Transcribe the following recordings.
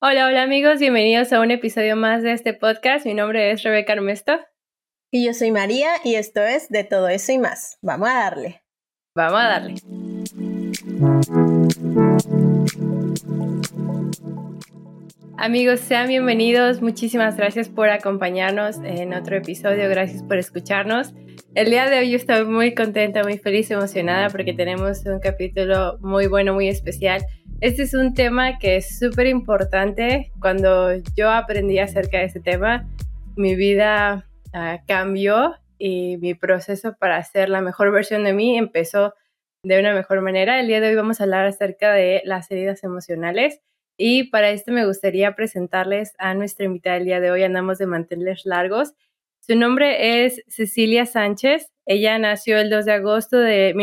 Hola, hola amigos, bienvenidos a un episodio más de este podcast. Mi nombre es Rebeca Armesto. Y yo soy María y esto es De Todo Eso y Más. Vamos a darle. Vamos a darle. Amigos, sean bienvenidos. Muchísimas gracias por acompañarnos en otro episodio. Gracias por escucharnos. El día de hoy yo estoy muy contenta, muy feliz, emocionada porque tenemos un capítulo muy bueno, muy especial. Este es un tema que es súper importante. Cuando yo aprendí acerca de este tema, mi vida cambió y mi proceso para ser la mejor versión de mí empezó de una mejor manera. El día de hoy vamos a hablar acerca de las heridas emocionales. Y para esto me gustaría presentarles a nuestra invitada del día de hoy. Andamos de manteles largos. Su nombre es Cecilia Sánchez. Ella nació el 2 de agosto de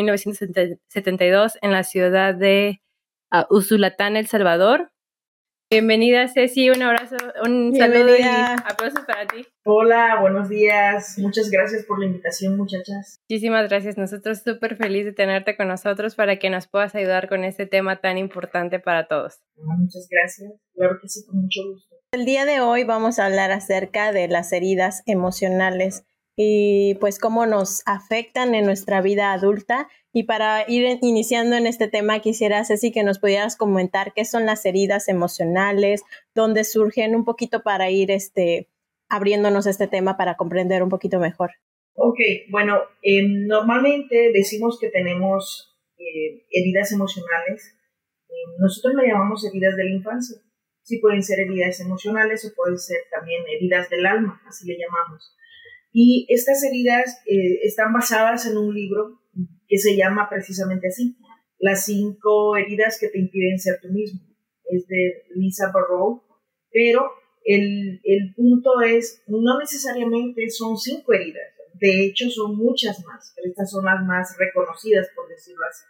1972 en la ciudad de Usulután, El Salvador. Bienvenida, Ceci. Un abrazo, un saludo y aplausos para ti. Hola, buenos días. Muchas gracias por la invitación, muchachas. Muchísimas gracias. Nosotros súper felices de tenerte con nosotros para que nos puedas ayudar con este tema tan importante para todos. Muchas gracias. Claro que sí, con mucho gusto. El día de hoy vamos a hablar acerca de las heridas emocionales y pues cómo nos afectan en nuestra vida adulta. Y para ir iniciando en este tema, quisiera, Ceci, que nos pudieras comentar qué son las heridas emocionales, dónde surgen, un poquito para ir abriéndonos este tema para comprender un poquito mejor. Ok, bueno, normalmente decimos que tenemos heridas emocionales. Nosotros le llamamos heridas de la infancia. Sí pueden ser heridas emocionales o pueden ser también heridas del alma, así le llamamos. Y estas heridas están basadas en un libro que se llama precisamente así, Las 5 heridas que te impiden ser tú mismo. Es de Lisa Barrow, pero el punto es, no necesariamente son 5 heridas, de hecho son muchas más, pero estas son las más reconocidas, por decirlo así.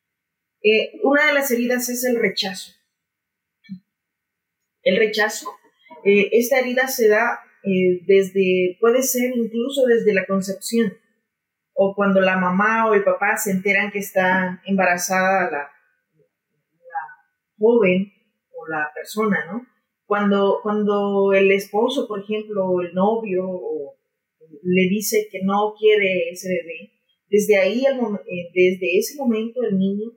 Una de las heridas es el rechazo. El rechazo, esta herida se da puede ser incluso desde la concepción, o cuando la mamá o el papá se enteran que está embarazada la joven o la persona, ¿no? Cuando el esposo, por ejemplo, o el novio le dice que no quiere ese bebé, desde ese momento el niño,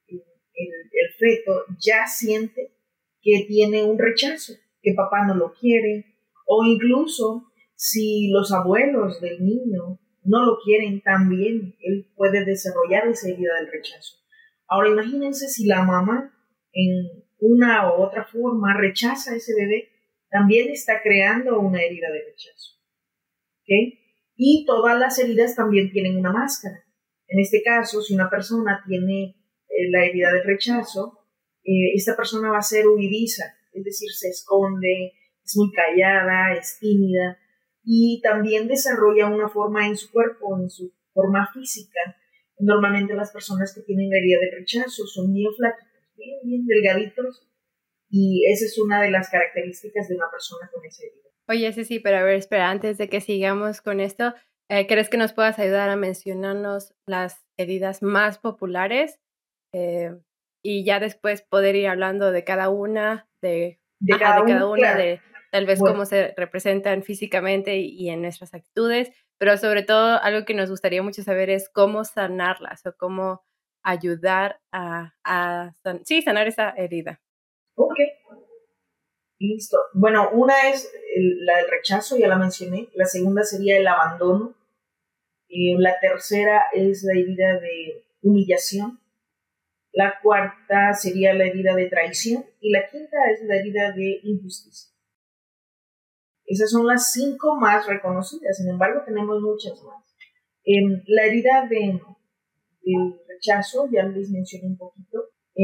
el feto, ya siente que tiene un rechazo, que papá no lo quiere, o incluso si los abuelos del niño no lo quieren, también él puede desarrollar esa herida del rechazo. Ahora imagínense si la mamá en una u otra forma rechaza a ese bebé, también está creando una herida de rechazo. ¿Okay? Y todas las heridas también tienen una máscara. En este caso, si una persona tiene la herida del rechazo, esta persona va a ser huidiza, es decir, se esconde, es muy callada, es tímida, y también desarrolla una forma en su cuerpo, en su forma física. Normalmente las personas que tienen la herida del rechazo son bien flaquitas, bien delgaditos, y esa es una de las características de una persona con esa herida. Oye, sí, pero a ver, espera, antes de que sigamos con esto, ¿crees que nos puedas ayudar a mencionarnos las heridas más populares? Y ya después poder ir hablando de cada una, de cada una, claro. de tal vez cómo se representan físicamente y en nuestras actitudes, pero sobre todo algo que nos gustaría mucho saber es cómo sanarlas o cómo ayudar a sanar esa herida. Ok, listo. Bueno, una es la del rechazo, ya la mencioné. La segunda sería el abandono. La tercera es la herida de humillación. La cuarta sería la herida de traición. Y la quinta es la herida de injusticia. Esas son las 5 más reconocidas. Sin embargo, tenemos muchas más. La herida del rechazo, ya les mencioné un poquito.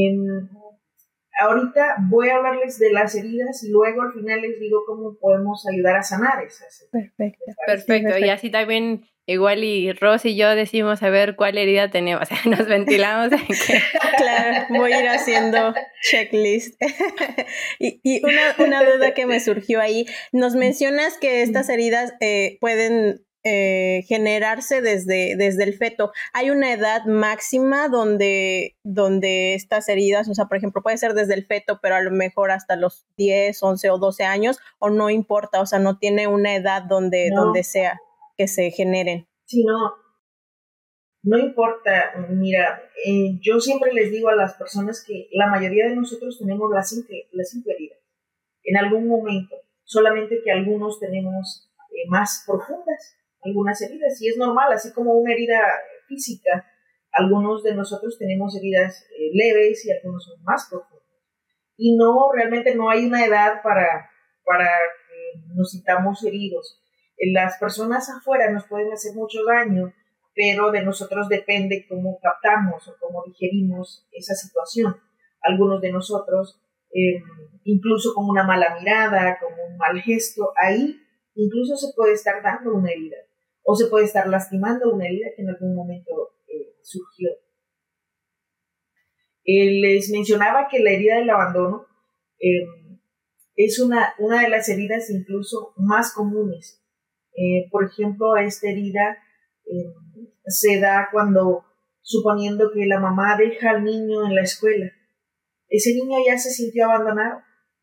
Ahorita voy a hablarles de las heridas y luego al final les digo cómo podemos ayudar a sanar esas. Perfecto. Y así también igual y Ros y yo decimos a ver cuál herida tenemos, o sea, nos ventilamos. Claro, voy a ir haciendo checklist. y una duda que me surgió ahí, nos mencionas que estas heridas pueden generarse desde el feto. ¿Hay una edad máxima donde estas heridas, o sea, por ejemplo, puede ser desde el feto, pero a lo mejor hasta los 10, 11 o 12 años, o no importa, o sea, no tiene una edad donde sea que se generen? Sí, no importa. Mira, yo siempre les digo a las personas que la mayoría de nosotros tenemos las cinco heridas en algún momento, solamente que algunos tenemos más profundas algunas heridas, y es normal, así como una herida física, algunos de nosotros tenemos heridas leves y algunos son más profundos. Y realmente no hay una edad para que nos sintamos heridos. Las personas afuera nos pueden hacer mucho daño, pero de nosotros depende cómo captamos o cómo digerimos esa situación. Algunos de nosotros, incluso con una mala mirada, con un mal gesto, ahí incluso se puede estar dando una herida o se puede estar lastimando una herida que en algún momento surgió. Les mencionaba que la herida del abandono es una de las heridas incluso más comunes. Por ejemplo, esta herida se da cuando, suponiendo que la mamá deja al niño en la escuela, ese niño ya se sintió abandonado.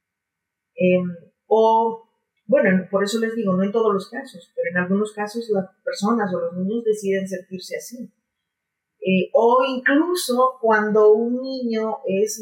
O, bueno, por eso les digo, no en todos los casos, pero en algunos casos las personas o los niños deciden sentirse así. O incluso cuando un niño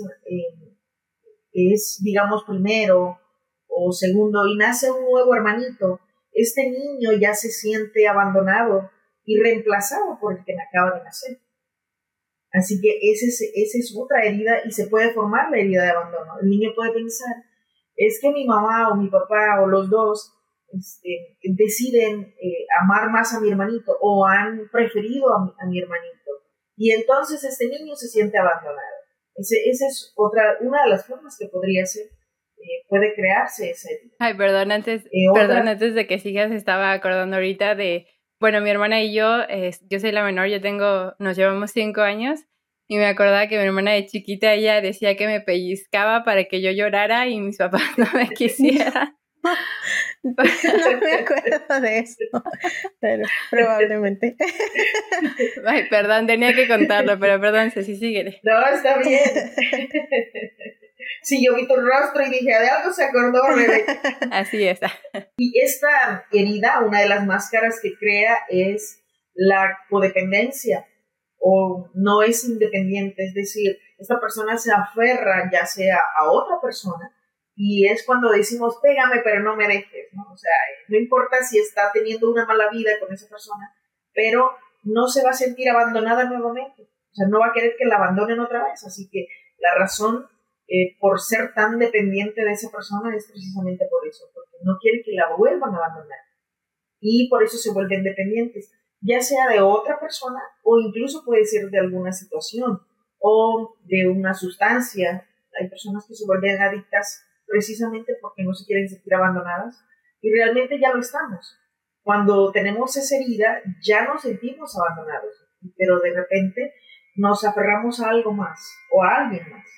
es, digamos, primero o segundo y nace un nuevo hermanito, este niño ya se siente abandonado y reemplazado por el que acaba de nacer. Así que esa es otra herida y se puede formar la herida de abandono. El niño puede pensar, es que mi mamá o mi papá o los dos deciden amar más a mi hermanito o han preferido a mi hermanito. Y entonces este niño se siente abandonado. Esa es una de las formas que podría ser, puede crearse esa herida. Ay, perdón, antes de que sigas, estaba acordando ahorita de, bueno, mi hermana y yo soy la menor, nos llevamos 5 años, y me acordaba que mi hermana de chiquita, ella decía que me pellizcaba para que yo llorara y mis papás no me quisieran. No me acuerdo de eso, pero probablemente. Ay, perdón, tenía que contarlo, pero perdón, Ceci, síguele. No, está bien. Sí, yo vi tu rostro y dije, de algo se acordó Rebeca. Así es. Y esta herida, una de las máscaras que crea es la codependencia, o no es independiente, es decir, esta persona se aferra ya sea a otra persona, y es cuando decimos, pégame pero no me dejes, ¿no? O sea, no importa si está teniendo una mala vida con esa persona, pero no se va a sentir abandonada nuevamente, o sea, no va a querer que la abandonen otra vez, así que la razón por ser tan dependiente de esa persona es precisamente por eso, porque no quiere que la vuelvan a abandonar, y por eso se vuelven dependientes, ya sea de otra persona o incluso puede ser de alguna situación o de una sustancia. Hay personas que se vuelven adictas precisamente porque no se quieren sentir abandonadas, y realmente ya lo estamos. Cuando tenemos esa herida ya nos sentimos abandonados, pero de repente nos aferramos a algo más o a alguien más.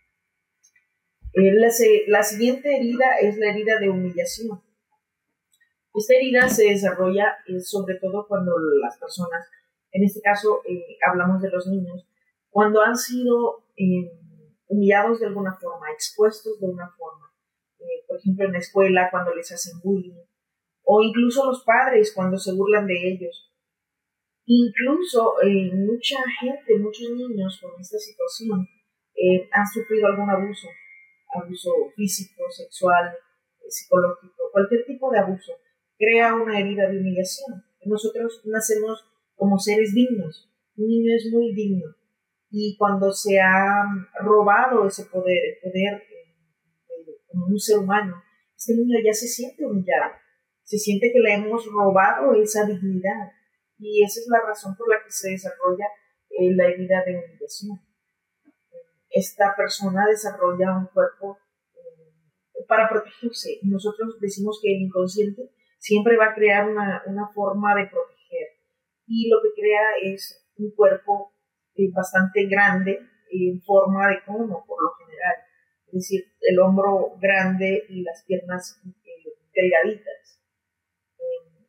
La siguiente herida es la herida de humillación. Esta herida se desarrolla sobre todo cuando las personas, en este caso hablamos de los niños, cuando han sido humillados de alguna forma, expuestos de una forma. Por ejemplo, en la escuela, cuando les hacen bullying, o incluso los padres cuando se burlan de ellos. Incluso mucha gente, muchos niños con esta situación han sufrido algún abuso físico, sexual, psicológico, cualquier tipo de abuso crea una herida de humillación. Nosotros nacemos como seres dignos, un niño es muy digno, y cuando se ha robado ese poder, el poder como un ser humano, este niño ya se siente humillado, se siente que le hemos robado esa dignidad, y esa es la razón por la que se desarrolla la herida de humillación. Esta persona desarrolla un cuerpo para protegerse. Nosotros decimos que el inconsciente siempre va a crear una forma de proteger, y lo que crea es un cuerpo bastante grande en forma de cono, por lo general, es decir, el hombro grande y las piernas delgaditas.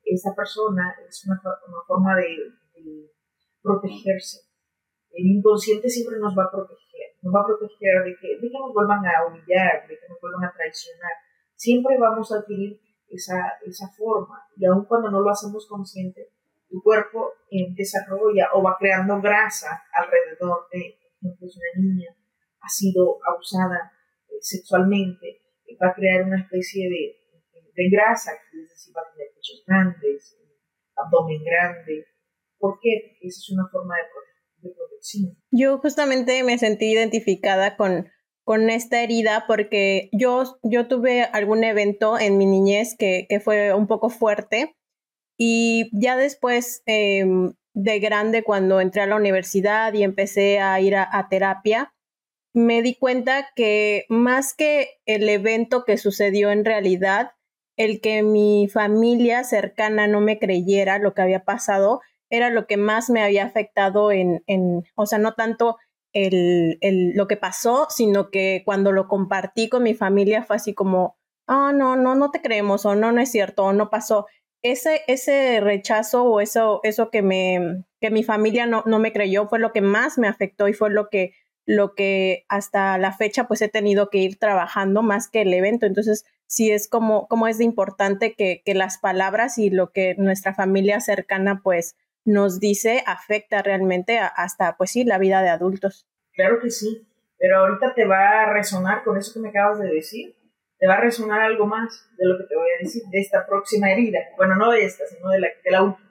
esta persona es una forma de protegerse. El inconsciente siempre nos va a proteger de que nos vuelvan a humillar, de que nos vuelvan a traicionar. Siempre vamos a adquirir esa forma, y aun cuando no lo hacemos consciente, tu cuerpo desarrolla o va creando grasa alrededor de, por ejemplo, si una niña ha sido abusada sexualmente, va a crear una especie de grasa, es decir, va a tener pechos grandes, abdomen grande. ¿Por qué? Porque esa es una forma de protección. Yo justamente me sentí identificada con esta herida porque yo tuve algún evento en mi niñez que fue un poco fuerte, y ya después de grande, cuando entré a la universidad y empecé a ir a terapia, me di cuenta que más que el evento que sucedió en realidad, el que mi familia cercana no me creyera lo que había pasado, era lo que más me había afectado o sea, no tanto lo que pasó, sino que cuando lo compartí con mi familia fue así como, no te creemos, o no es cierto, o no pasó. Ese rechazo o eso que mi familia no me creyó fue lo que más me afectó, y fue lo que hasta la fecha pues he tenido que ir trabajando más que el evento. Entonces sí es como es de importante que las palabras y lo que nuestra familia cercana pues nos dice afecta realmente hasta pues sí la vida de adultos. Claro que sí, pero ahorita te va a resonar con eso que me acabas de decir, te va a resonar algo más de lo que te voy a decir, de esta próxima herida. Bueno, no de esta, sino de la última.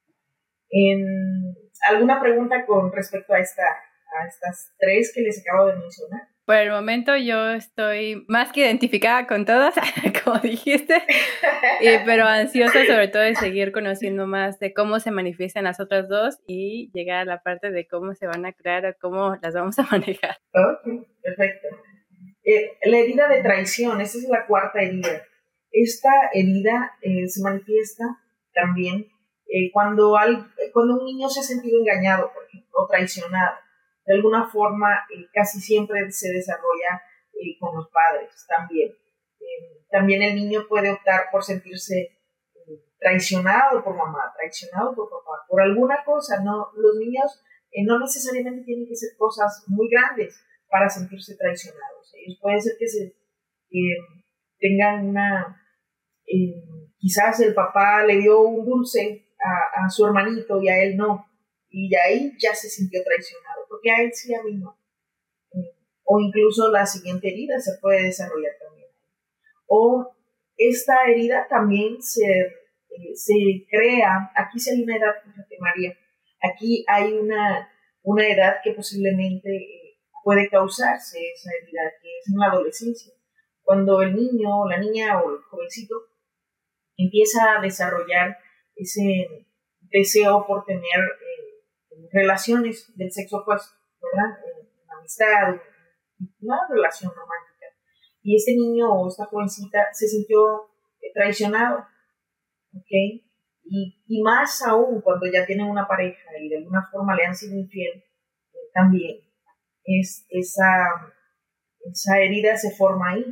¿Alguna pregunta con respecto a estas tres que les acabo de mencionar? Por el momento yo estoy más que identificada con todas, como dijiste, pero ansiosa sobre todo de seguir conociendo más de cómo se manifiestan las otras dos y llegar a la parte de cómo se van a crear o cómo las vamos a manejar. Ok, perfecto. La herida de traición, esa es la cuarta herida. Esta herida se manifiesta también cuando un niño se ha sentido engañado, por ejemplo, o traicionado. De alguna forma, casi siempre se desarrolla con los padres también. También el niño puede optar por sentirse traicionado por mamá, traicionado por papá, por alguna cosa. No, los niños no necesariamente tienen que ser cosas muy grandes para sentirse traicionados. Ellos pueden ser que tengan quizás el papá le dio un dulce a su hermanito y a él no, y de ahí ya se sintió traicionado, porque a él sí, a mí no. O incluso la siguiente herida se puede desarrollar también. O esta herida también se crea, aquí sí hay una edad, fíjate María, aquí hay una edad que posiblemente puede causarse esa herida, que es en la adolescencia, cuando el niño o la niña o el jovencito empieza a desarrollar ese deseo por tener relaciones del sexo opuesto, ¿verdad? Una amistad, una relación romántica. Y este niño o esta jovencita se sintió traicionado, ¿ok? Y más aún cuando ya tienen una pareja y de alguna forma le han sido infiel, también esa herida se forma ahí.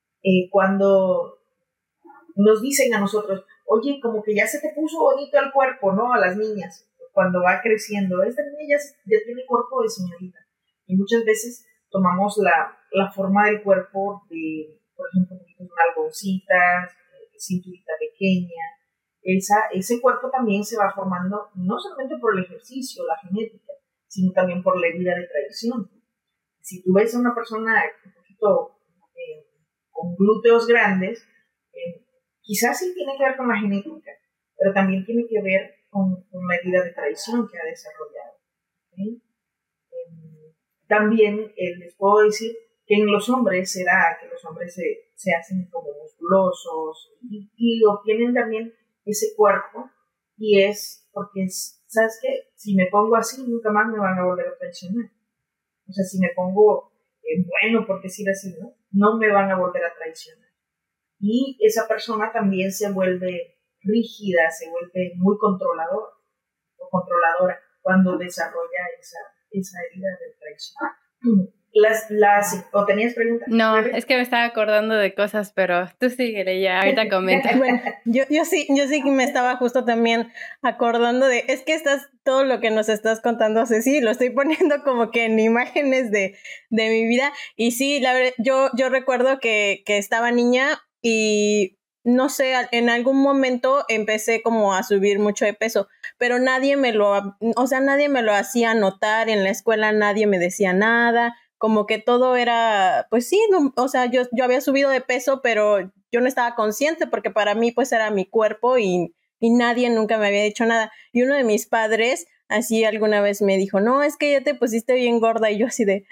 Cuando nos dicen a nosotros, oye, como que ya se te puso bonito el cuerpo, ¿no? A las niñas, cuando va creciendo, esta niña ya tiene cuerpo de señorita. Y muchas veces tomamos la forma del cuerpo de, por ejemplo, nalgoncitas, cinturita pequeña. Ese cuerpo también se va formando no solamente por el ejercicio, la genética, sino también por la herida de traición. Si tú ves a una persona un poquito con glúteos grandes, quizás sí tiene que ver con la genética, pero también tiene que ver con la herida de traición que ha desarrollado. ¿Okay? También les puedo decir que en los hombres se da que los hombres se hacen como musculosos y obtienen también ese cuerpo, y es porque, ¿sabes qué? Si me pongo así, nunca más me van a volver a traicionar. O sea, si me pongo bueno, por decir así, no me van a volver a traicionar. Y esa persona también se vuelve rígida, se vuelve muy controladora cuando desarrolla esa herida de traición. ¿O tenías preguntas? No, es que me estaba acordando de cosas, pero tú síguele ya, ahorita comenta. Bueno, yo sí me estaba justo también acordando es que todo lo que nos estás contando, Ceci, lo estoy poniendo como que en imágenes de mi vida. Y sí, la verdad, yo recuerdo que estaba niña y no sé, en algún momento empecé como a subir mucho de peso, pero nadie me lo hacía notar en la escuela, nadie me decía nada, como que todo era, pues sí, no, o sea, yo había subido de peso, pero yo no estaba consciente porque para mí pues era mi cuerpo y nadie nunca me había dicho nada. Y uno de mis padres así alguna vez me dijo, no, es que ya te pusiste bien gorda, y yo así de,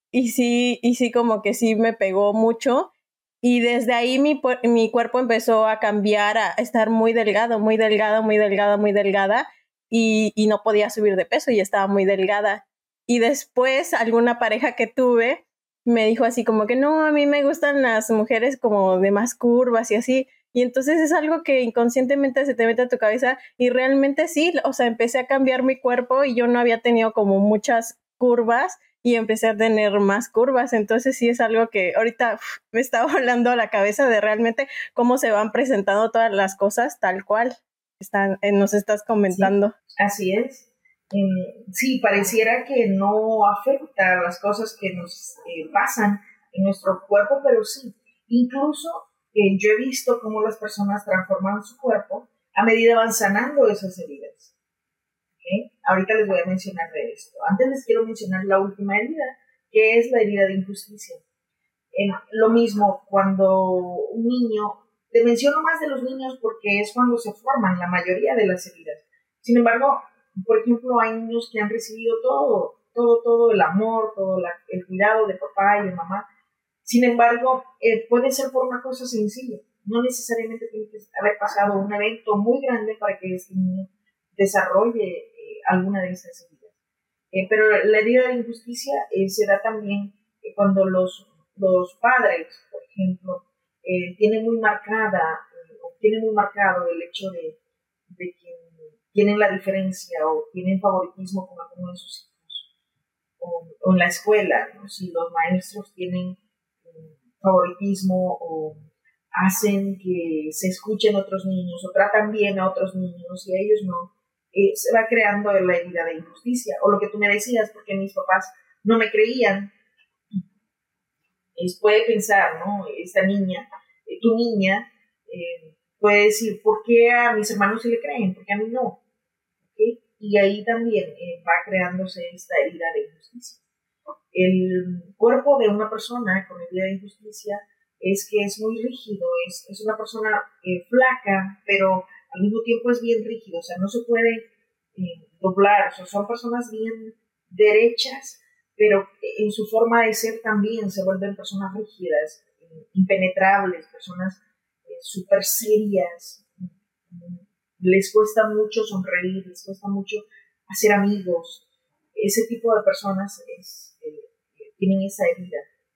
y sí, como que sí me pegó mucho. Y desde ahí mi cuerpo empezó a cambiar, a estar muy delgado, muy delgada, muy delgada, muy delgada, y no podía subir de peso y estaba muy delgada. Y después alguna pareja que tuve me dijo así como que no, a mí me gustan las mujeres como de más curvas y así. Y entonces es algo que inconscientemente se te mete a tu cabeza y realmente sí, o sea, empecé a cambiar mi cuerpo y yo no había tenido como muchas curvas y empecé a tener más curvas. Entonces sí es algo que ahorita me está volando a la cabeza de realmente cómo se van presentando todas las cosas tal cual nos estás comentando. Sí, así es. Sí, pareciera que no afecta las cosas que nos pasan en nuestro cuerpo, pero sí. Incluso yo he visto cómo las personas transforman su cuerpo a medida van sanando esas heridas. ¿Okay? Ahorita les voy a mencionar de esto. Antes les quiero mencionar la última herida, que es la herida de injusticia. Lo mismo cuando un niño, te menciono más de los niños porque es cuando se forman la mayoría de las heridas. Sin embargo, por ejemplo, hay niños que han recibido todo el amor, el cuidado de papá y de mamá. Sin embargo, puede ser por una cosa sencilla. No necesariamente tiene que haber pasado un evento muy grande para que este niño desarrolle alguna de esas heridas. Pero la herida de injusticia se da también cuando los padres, por ejemplo, tienen muy marcado el hecho de que tienen la diferencia o tienen favoritismo con alguno de sus hijos, o en la escuela, ¿no? Si los maestros tienen favoritismo o hacen que se escuchen otros niños o tratan bien a otros niños y a ellos no, se va creando la herida de injusticia. O lo que tú me decías, porque mis papás no me creían, puede pensar, ¿no? Esta niña, tu niña, puede decir, ¿por qué a mis hermanos sí le creen? ¿Por qué a mí no? ¿Okay? Y ahí también va creándose esta herida de injusticia. El cuerpo de una persona con herida de injusticia es que es muy rígido, es una persona flaca, pero al mismo tiempo es bien rígido, o sea, no se puede doblar, o sea, son personas bien derechas, pero en su forma de ser también se vuelven personas rígidas, impenetrables, personas súper serias, les cuesta mucho sonreír, les cuesta mucho hacer amigos. Ese tipo de personas tienen esa herida.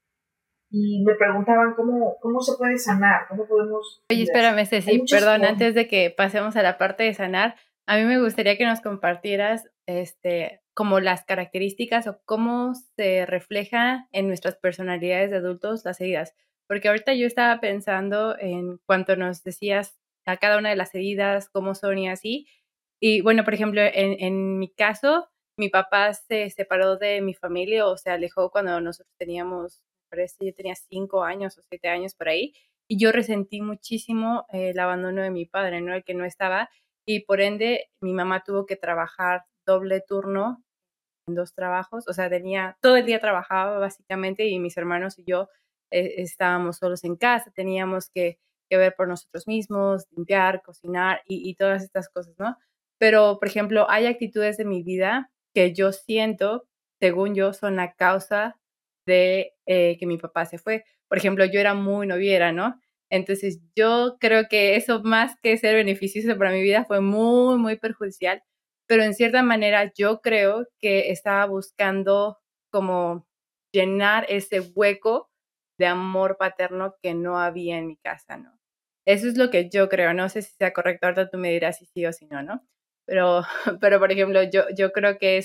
Y me preguntaban cómo se puede sanar, cómo podemos... Oye, espérame, Ceci, perdón, antes de que pasemos a la parte de sanar, a mí me gustaría que nos compartieras como las características o cómo se refleja en nuestras personalidades de adultos las heridas. Porque ahorita yo estaba pensando en cuanto nos decías a cada una de las heridas, cómo son y así. Y bueno, por ejemplo, en mi caso, mi papá se separó de mi familia o se alejó cuando nosotros teníamos, parece que yo tenía 5 años o 7 años por ahí. Y yo resentí muchísimo el abandono de mi padre, ¿no? El que no estaba. Y por ende, mi mamá tuvo que trabajar doble turno en 2 trabajos. O sea, todo el día trabajaba básicamente y mis hermanos y yo estábamos solos en casa. Teníamos que ver por nosotros mismos, limpiar, cocinar y todas estas cosas, ¿no? Pero, por ejemplo, hay actitudes de mi vida que yo siento, según yo, son la causa de que mi papá se fue. Por ejemplo, yo era muy noviera, ¿no? Entonces, yo creo que eso, más que ser beneficioso para mi vida, fue muy, muy perjudicial. Pero en cierta manera, yo creo que estaba buscando como llenar ese hueco de amor paterno que no había en mi casa, ¿no? Eso es lo que yo creo. No sé si sea correcto, ahorita tú me dirás si sí o si no, ¿no? Pero, por ejemplo, yo creo que eso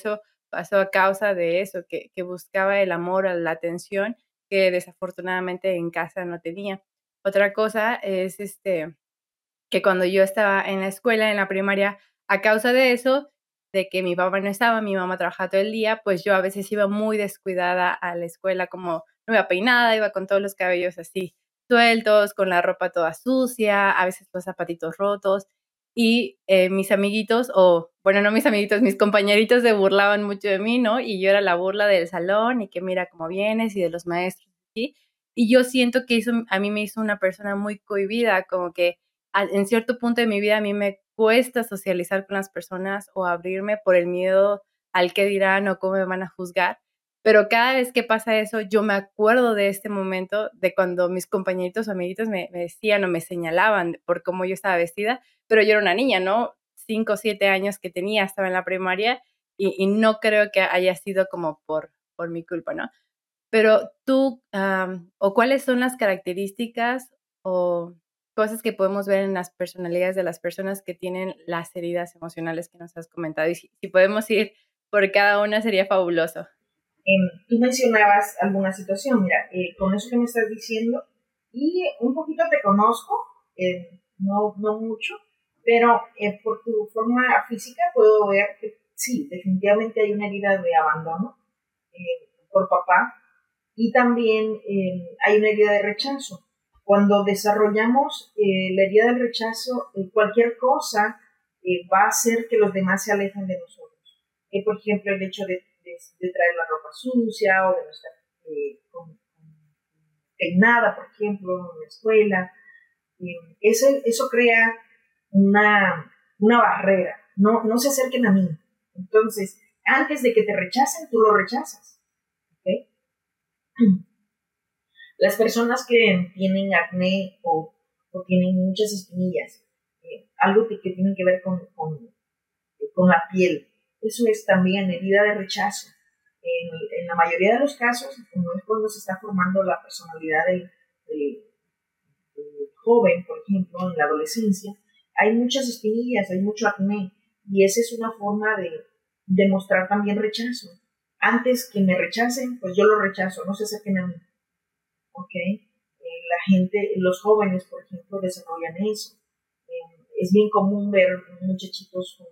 pasó a causa de eso, que buscaba el amor, la atención, que desafortunadamente en casa no tenía. Otra cosa es que cuando yo estaba en la escuela, en la primaria, a causa de eso, de que mi papá no estaba, mi mamá trabajaba todo el día, pues yo a veces iba muy descuidada a la escuela, como no iba peinada, iba con todos los cabellos así sueltos, con la ropa toda sucia, a veces los zapatitos rotos. Y mis amiguitos, o bueno, no mis amiguitos, mis compañeritos se burlaban mucho de mí, ¿no? Y yo era la burla del salón y que mira cómo vienes y de los maestros, ¿sí? Y yo siento que eso a mí me hizo una persona muy cohibida, como que en cierto punto de mi vida a mí me cuesta socializar con las personas o abrirme por el miedo al qué dirán o cómo me van a juzgar. Pero cada vez que pasa eso, yo me acuerdo de este momento, de cuando mis compañeritos o amiguitos me decían o me señalaban por cómo yo estaba vestida, pero yo era una niña, ¿no? 5 o 7 años que tenía, estaba en la primaria y no creo que haya sido como por mi culpa, ¿no? Pero tú, o cuáles son las características o cosas que podemos ver en las personalidades de las personas que tienen las heridas emocionales que nos has comentado. Y si podemos ir por cada una sería fabuloso. Tú mencionabas alguna situación, mira, con eso que me estás diciendo, y un poquito te conozco, no mucho, pero por tu forma física puedo ver que sí, definitivamente hay una herida de abandono por papá, y también hay una herida de rechazo. Cuando desarrollamos la herida del rechazo, cualquier cosa va a hacer que los demás se alejen de nosotros. Por ejemplo, el hecho de traer la ropa sucia o de no estar peinada, por ejemplo, en la escuela. Eso crea una barrera. No se acerquen a mí. Entonces, antes de que te rechacen, tú lo rechazas. ¿Okay? Las personas que tienen acné o tienen muchas espinillas, algo que tienen que ver con la piel, eso es también herida de rechazo. En la mayoría de los casos, como es cuando se está formando la personalidad del joven, por ejemplo, en la adolescencia, hay muchas espinillas, hay mucho acné, y esa es una forma de demostrar también rechazo. Antes que me rechacen, pues yo lo rechazo, no se acerquen a mí. ¿Okay? La gente, los jóvenes, por ejemplo, desarrollan eso. Es bien común ver muchachitos con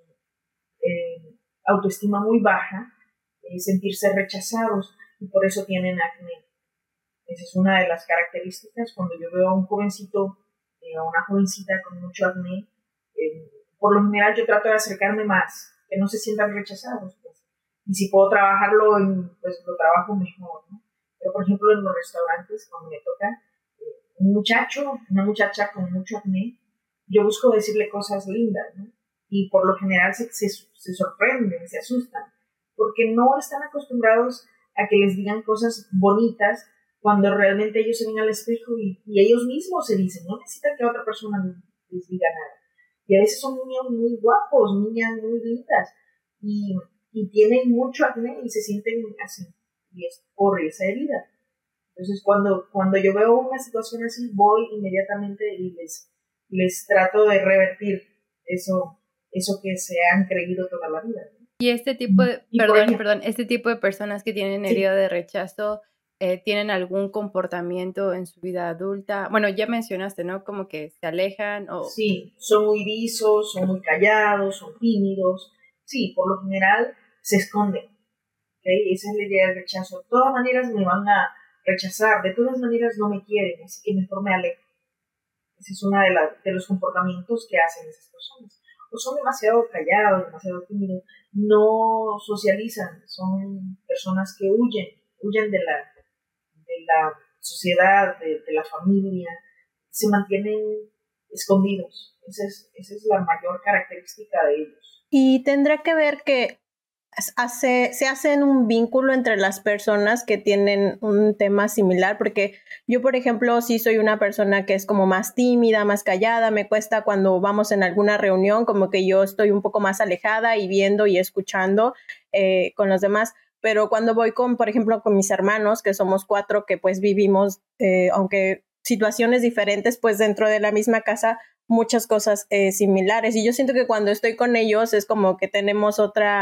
autoestima muy baja, sentirse rechazados, y por eso tienen acné. Esa es una de las características. Cuando yo veo a un jovencito o una jovencita con mucho acné, por lo general yo trato de acercarme más, que no se sientan rechazados, pues. Y si puedo trabajarlo, pues lo trabajo mejor, ¿no? Pero, por ejemplo, en los restaurantes, cuando me toca un muchacho, una muchacha con mucho acné, yo busco decirle cosas lindas, ¿no? Y por lo general se sorprenden, se asustan, porque no están acostumbrados a que les digan cosas bonitas cuando realmente ellos se ven al espejo y ellos mismos se dicen, no necesitan que otra persona les diga nada. Y a veces son niños muy guapos, niñas muy lindas, y tienen mucho acné y se sienten así, y es por esa herida. Entonces, cuando yo veo una situación así, voy inmediatamente y les trato de revertir eso que se han creído toda la vida, ¿no? Y este tipo de, este tipo de personas que tienen herida de rechazo, ¿tienen algún comportamiento en su vida adulta? Bueno, ya mencionaste, ¿no? Como que se alejan o... Sí, son muy erizos, son muy callados, son tímidos. Sí, por lo general se esconden. ¿Okay? Esa es la idea del rechazo. De todas maneras me van a rechazar, de todas maneras no me quieren, así que mejor me alejo. Ese es uno de los comportamientos que hacen esas personas. O son demasiado callados, demasiado tímidos, no socializan, son personas que huyen de la sociedad, de la familia, se mantienen escondidos. Esa es la mayor característica de ellos. Y tendrá que ver que se hacen un vínculo entre las personas que tienen un tema similar, porque yo, por ejemplo, sí soy una persona que es como más tímida, más callada, me cuesta cuando vamos en alguna reunión, como que yo estoy un poco más alejada y viendo y escuchando con los demás, pero cuando voy por ejemplo, con mis hermanos, que somos 4, que pues vivimos, aunque situaciones diferentes, pues dentro de la misma casa, muchas cosas similares, y yo siento que cuando estoy con ellos es como que tenemos otra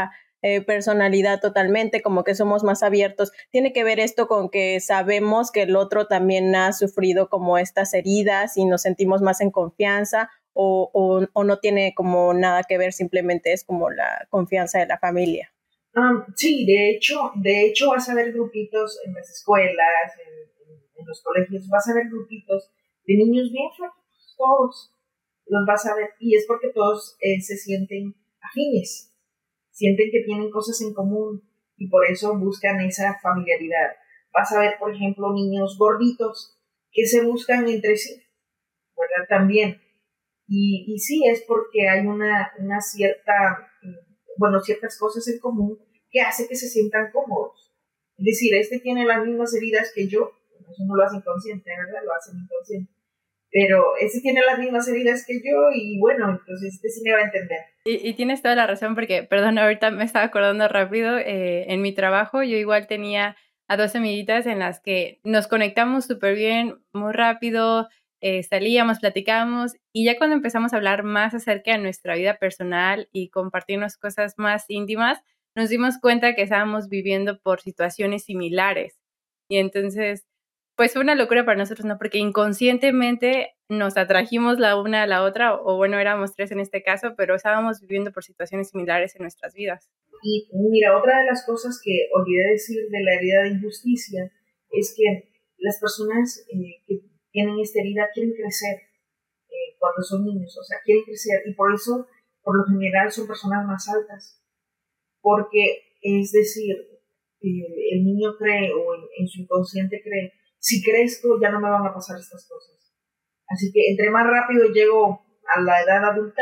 personalidad totalmente, como que somos más abiertos. ¿Tiene que ver esto con que sabemos que el otro también ha sufrido como estas heridas y nos sentimos más en confianza o no tiene como nada que ver, simplemente es como la confianza de la familia? Sí, de hecho vas a ver grupitos en las escuelas, en los colegios, vas a ver grupitos de niños bien flaquitos, todos los vas a ver, y es porque todos se sienten afines, sienten que tienen cosas en común y por eso buscan esa familiaridad. Vas a ver, por ejemplo, niños gorditos que se buscan entre sí, ¿verdad? También. Y sí, es porque hay una cierta, ciertas cosas en común que hace que se sientan cómodos. Es decir, este tiene las mismas heridas que yo, eso no lo hacen consciente, ¿verdad? Lo hacen inconsciente. Pero este tiene las mismas heridas que yo y bueno, entonces este sí me va a entender. Y tienes toda la razón porque, perdón, ahorita me estaba acordando rápido, en mi trabajo yo igual tenía a dos amiguitas en las que nos conectamos súper bien, muy rápido, salíamos, platicábamos y ya cuando empezamos a hablar más acerca de nuestra vida personal y compartirnos cosas más íntimas, nos dimos cuenta que estábamos viviendo por situaciones similares. Y entonces, pues fue una locura para nosotros, ¿no? Porque inconscientemente nos atrajimos la una a la otra, o bueno, éramos tres en este caso, pero estábamos viviendo por situaciones similares en nuestras vidas. Y mira, otra de las cosas que olvidé decir de la herida de injusticia es que las personas que tienen esta herida quieren crecer cuando son niños, o sea, quieren crecer y por eso, por lo general, son personas más altas. Porque, es decir, el niño cree o en su inconsciente cree, si crezco ya no me van a pasar estas cosas. Así que entre más rápido llego a la edad adulta,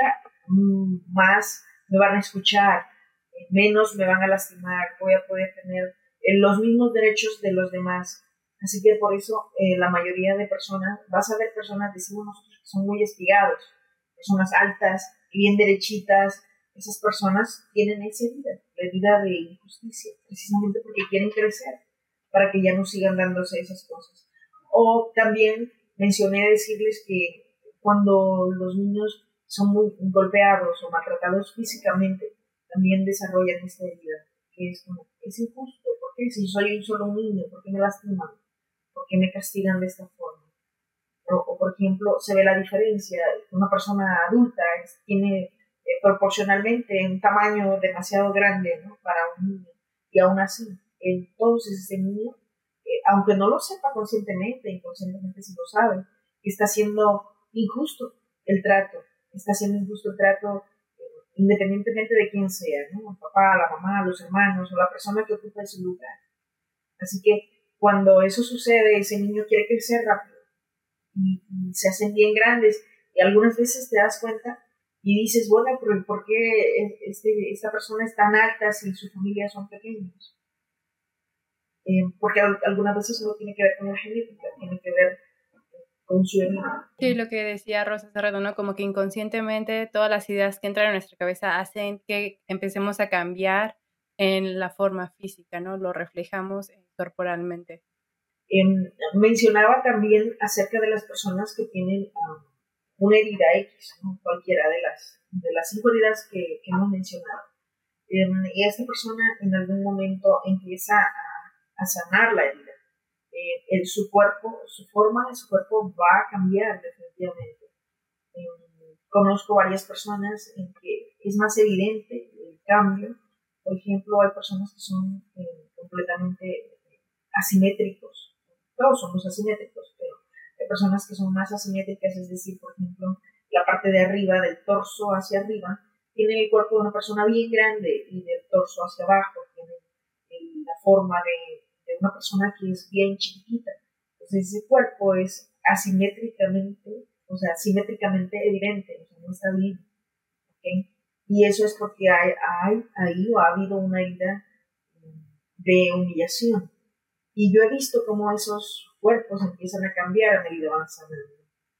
más me van a escuchar, menos me van a lastimar, voy a poder tener los mismos derechos de los demás. Así que por eso la mayoría de personas, vas a ver personas, decimos nosotros, que son muy espigados, personas altas y bien derechitas. Esas personas tienen esa vida, la vida de injusticia, precisamente porque quieren crecer, para que ya no sigan dándose esas cosas. O también mencioné decirles que cuando los niños son muy golpeados o maltratados físicamente, también desarrollan esta herida, que es como, es injusto, ¿por qué? Si soy solo un niño, ¿por qué me lastiman? ¿Por qué me castigan de esta forma? O por ejemplo, se ve la diferencia, una persona adulta tiene proporcionalmente un tamaño demasiado grande, ¿no?, para un niño, y aún así, entonces ese niño, aunque no lo sepa conscientemente, inconscientemente sí lo sabe, está siendo injusto el trato, está siendo injusto el trato independientemente de quién sea, ¿no?, el papá, la mamá, los hermanos o la persona que ocupa ese lugar. Así que cuando eso sucede, ese niño quiere crecer rápido y se hacen bien grandes y algunas veces te das cuenta y dices, bueno, pero ¿por qué esta persona es tan alta si su familia son pequeños? Porque algunas veces no tiene que ver con la genética, tiene que ver con su hermano. Sí, lo que decía Rosa hace rato, ¿no? Como que inconscientemente todas las ideas que entran en nuestra cabeza hacen que empecemos a cambiar en la forma física, ¿no? Lo reflejamos corporalmente. Mencionaba también acerca de las personas que tienen una herida X, ¿no?, cualquiera de las 5 heridas que hemos mencionado. Y esta persona en algún momento empieza a sanar la herida. Su cuerpo, su forma de su cuerpo va a cambiar definitivamente. Conozco varias personas en que es más evidente el cambio. Por ejemplo, hay personas que son completamente asimétricos. Todos somos asimétricos, pero hay personas que son más asimétricas, es decir, por ejemplo, la parte de arriba, del torso hacia arriba, tiene el cuerpo de una persona bien grande y del torso hacia abajo tiene la forma de una persona que es bien chiquitita. Entonces ese cuerpo es asimétricamente, o sea, simétricamente evidente, o sea, no está bien. ¿Okay? Y eso es porque hay ahí o ha habido una herida de humillación. Y yo he visto cómo esos cuerpos empiezan a cambiar a medida que van sanando.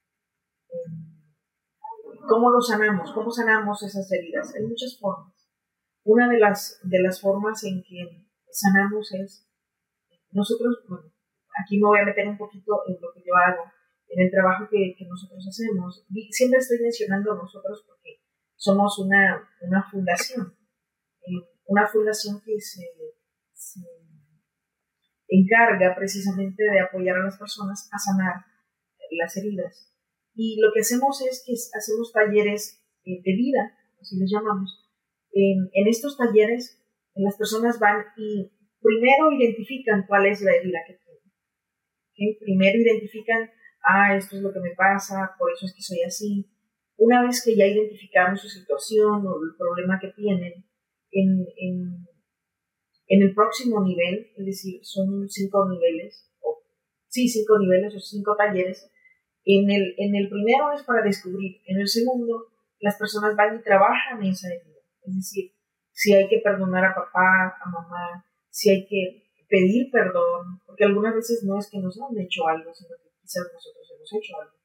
¿Cómo lo sanamos? ¿Cómo sanamos esas heridas? Hay muchas formas. Una de las formas en que sanamos es, nosotros, bueno, aquí me voy a meter un poquito en lo que yo hago, en el trabajo que nosotros hacemos. Y siempre estoy mencionando nosotros porque somos una fundación. una fundación que se encarga precisamente de apoyar a las personas a sanar las heridas. Y lo que hacemos es que hacemos talleres de vida, así les llamamos. En estos talleres las personas van y primero identifican cuál es la herida que tienen. ¿Okay? Primero identifican, esto es lo que me pasa, por eso es que soy así. Una vez que ya identificaron su situación o el problema que tienen, en el próximo nivel, es decir, son 5 niveles, 5 niveles o 5 talleres. En el primero es para descubrir, en el segundo las personas van y trabajan esa herida, es decir, si hay que perdonar a papá, a mamá, si hay que pedir perdón, porque algunas veces no es que nos han hecho algo, sino que quizás nosotros hemos hecho algo.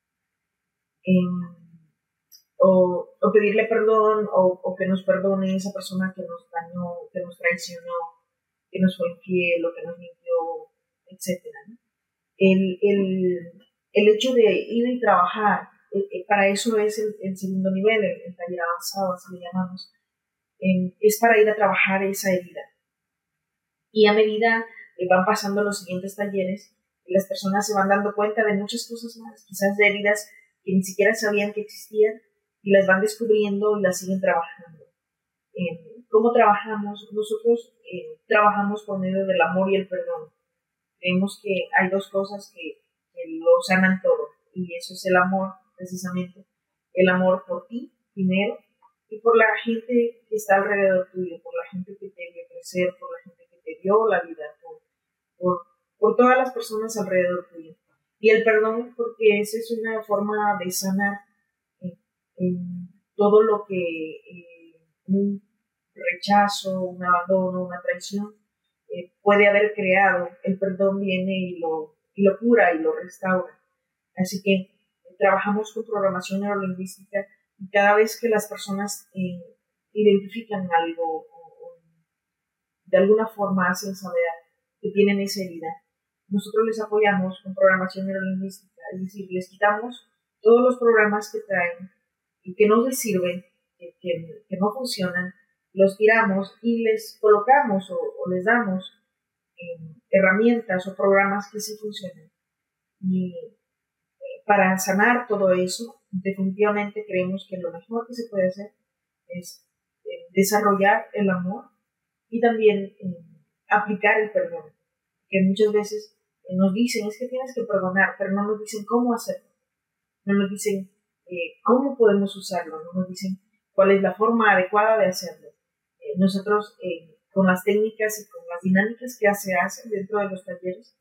O pedirle perdón, o que nos perdone esa persona que nos dañó, que nos traicionó, que nos fue infiel o que nos mintió, etc. ¿no? El hecho de ir y trabajar, para eso es el segundo nivel, el taller avanzado, así le llamamos, es para ir a trabajar esa herida. Y a medida que van pasando los siguientes talleres, las personas se van dando cuenta de muchas cosas más, quizás de heridas que ni siquiera sabían que existían, y las van descubriendo y las siguen trabajando. ¿Cómo trabajamos? Nosotros trabajamos por medio del amor y el perdón. Creemos que hay dos cosas que lo sanan todo, y eso es el amor, precisamente. El amor por ti, primero, y por la gente que está alrededor tuyo, por la gente que te vio crecer, por la gente que te dio la vida, por todas las personas alrededor tuyo. Y el perdón, porque esa es una forma de sanar todo lo que un rechazo, un abandono, una traición puede haber creado. El perdón viene y lo cura y lo restaura. Así que trabajamos con programación neurolingüística, y cada vez que las personas identifican algo o de alguna forma hacen saber que tienen esa herida, nosotros les apoyamos con programación neurolingüística, es decir, les quitamos todos los programas que traen y que no les sirven, que no funcionan, los tiramos y les colocamos o les damos herramientas o programas que sí funcionan. Y para sanar todo eso, definitivamente creemos que lo mejor que se puede hacer es desarrollar el amor y también aplicar el perdón. Que muchas veces nos dicen, es que tienes que perdonar, pero no nos dicen cómo hacerlo. No nos dicen cómo podemos usarlo, no nos dicen cuál es la forma adecuada de hacerlo. Nosotros, con las técnicas y con las dinámicas que se hacen dentro de los talleres,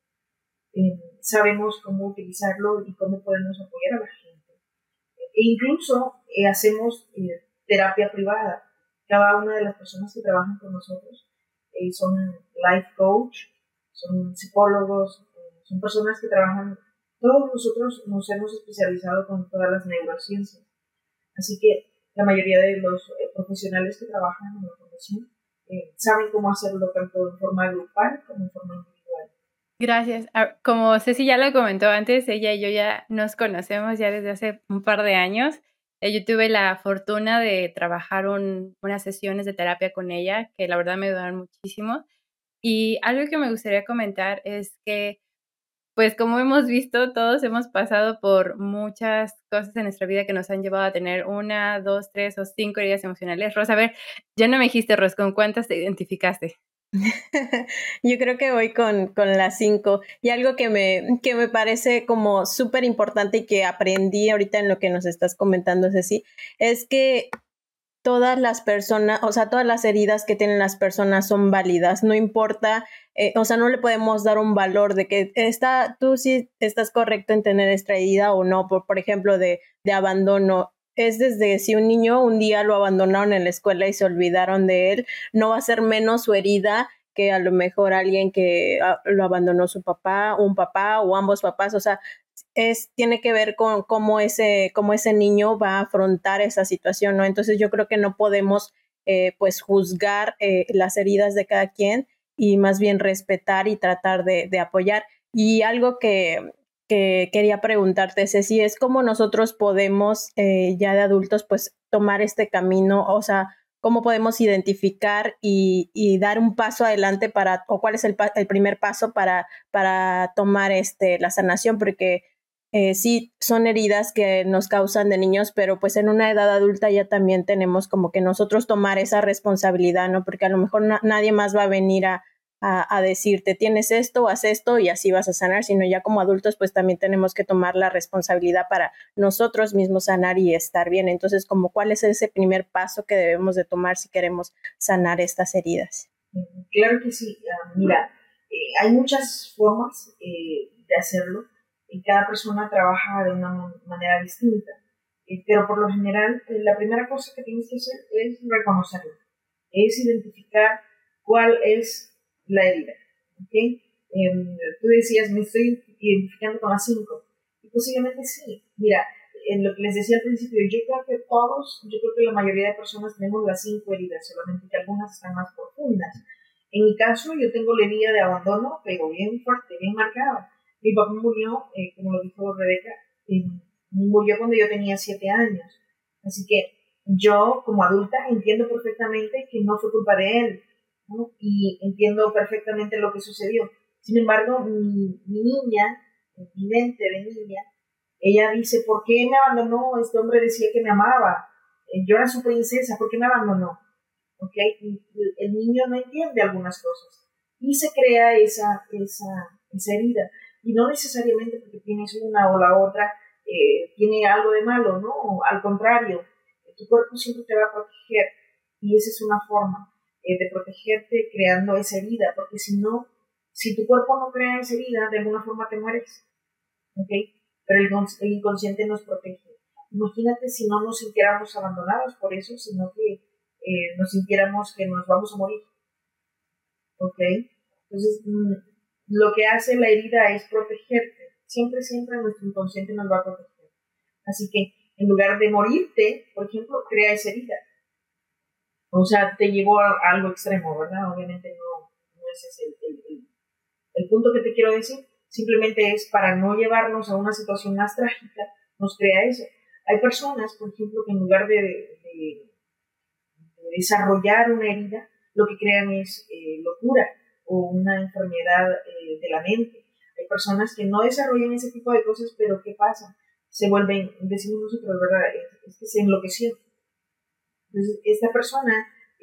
sabemos cómo utilizarlo y cómo podemos apoyar a la gente. E incluso hacemos terapia privada. Cada una de las personas que trabajan con nosotros son life coach, son psicólogos, son personas que trabajan. Todos nosotros nos hemos especializado con todas las neurociencias. Así que la mayoría de los profesionales que trabajan en la fundación saben cómo hacerlo tanto en forma grupal como en forma individual. Gracias. Como Ceci ya lo comentó antes, ella y yo ya nos conocemos ya desde hace un par de años. Yo tuve la fortuna de trabajar unas sesiones de terapia con ella, que la verdad me ayudaron muchísimo. Y algo que me gustaría comentar es que, pues como hemos visto, todos hemos pasado por muchas cosas en nuestra vida que nos han llevado a tener 1, 2, 3 o 5 heridas emocionales. Ros, a ver, ya no me dijiste, Ros, ¿con cuántas te identificaste? Yo creo que voy con las 5. Y algo que me parece como súper importante y que aprendí ahorita en lo que nos estás comentando, Ceci, es que todas las personas, o sea, todas las heridas que tienen las personas son válidas, no importa, o sea, no le podemos dar un valor de que tú sí estás correcto en tener esta herida o no, por ejemplo, de abandono. Es desde si un niño un día lo abandonaron en la escuela y se olvidaron de él, no va a ser menos su herida que a lo mejor alguien que lo abandonó su papá, un papá o ambos papás, o sea, tiene que ver con cómo ese niño va a afrontar esa situación, ¿no? Entonces yo creo que no podemos pues juzgar las heridas de cada quien y más bien respetar y tratar de apoyar. Y algo que quería preguntarte, Ceci, es cómo nosotros podemos ya de adultos pues tomar este camino, o sea, cómo podemos identificar y dar un paso adelante o cuál es el primer paso para tomar la sanación, porque sí son heridas que nos causan de niños, pero pues en una edad adulta ya también tenemos como que nosotros tomar esa responsabilidad, ¿no? Porque a lo mejor nadie más va a venir a decirte, tienes esto, haz esto y así vas a sanar, sino ya como adultos pues también tenemos que tomar la responsabilidad para nosotros mismos sanar y estar bien. Entonces, como ¿cuál es ese primer paso que debemos de tomar si queremos sanar estas heridas? Claro que sí. Mira, hay muchas formas de hacerlo y cada persona trabaja de una manera distinta. Pero por lo general, la primera cosa que tienes que hacer es reconocerlo, es identificar cuál es la herida. ¿Okay? Tú decías, me estoy identificando con las 5. Y posiblemente sí. Mira, en lo que les decía al principio, yo creo que la mayoría de personas tenemos las 5 heridas, solamente que algunas están más profundas. En mi caso, yo tengo la herida de abandono, pero bien fuerte, bien marcada. Mi papá murió, como lo dijo Rebeca, murió cuando yo tenía 7 años. Así que yo, como adulta, entiendo perfectamente que no fue culpa de él, ¿no? Y entiendo perfectamente lo que sucedió. Sin embargo, mi niña, mi mente de niña, ella dice, ¿por qué me abandonó? Este hombre decía que me amaba. Yo era su princesa, ¿por qué me abandonó? ¿Okay? El niño no entiende algunas cosas y se crea esa herida. Y no necesariamente porque tienes una o la otra tiene algo de malo, ¿no? Al contrario, tu cuerpo siempre te va a proteger y esa es una forma de protegerte creando esa herida, porque si no, si tu cuerpo no crea esa herida, de alguna forma te mueres, ¿ok? Pero el inconsciente nos protege. Imagínate si no nos sintiéramos abandonados por eso, sino que nos sintiéramos que nos vamos a morir, ¿ok? Entonces, lo que hace la herida es protegerte. Siempre, siempre nuestro inconsciente nos va a proteger. Así que, en lugar de morirte, por ejemplo, crea esa herida. O sea, te llevó a algo extremo, ¿verdad? Obviamente no ese es el punto que te quiero decir. Simplemente es para no llevarnos a una situación más trágica, nos crea eso. Hay personas, por ejemplo, que en lugar de desarrollar una herida, lo que crean es locura o una enfermedad de la mente. Hay personas que no desarrollan ese tipo de cosas, pero ¿qué pasa? Se vuelven, decimos nosotros, ¿verdad? Es que se enloqueció. Entonces, esta persona,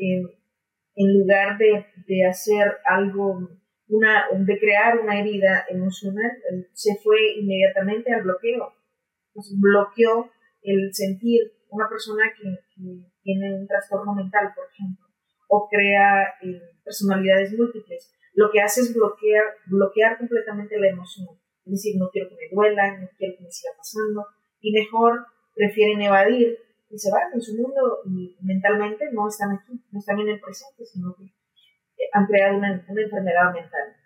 en lugar de hacer algo, de crear una herida emocional, se fue inmediatamente al bloqueo. Entonces, bloqueó el sentir una persona que tiene un trastorno mental, por ejemplo, o crea personalidades múltiples. Lo que hace es bloquear completamente la emoción. Es decir, no quiero que me duela, no quiero que me siga pasando, y mejor prefieren evadir y se van en su mundo y mentalmente no están aquí, no están en el presente, sino que han creado una enfermedad mental.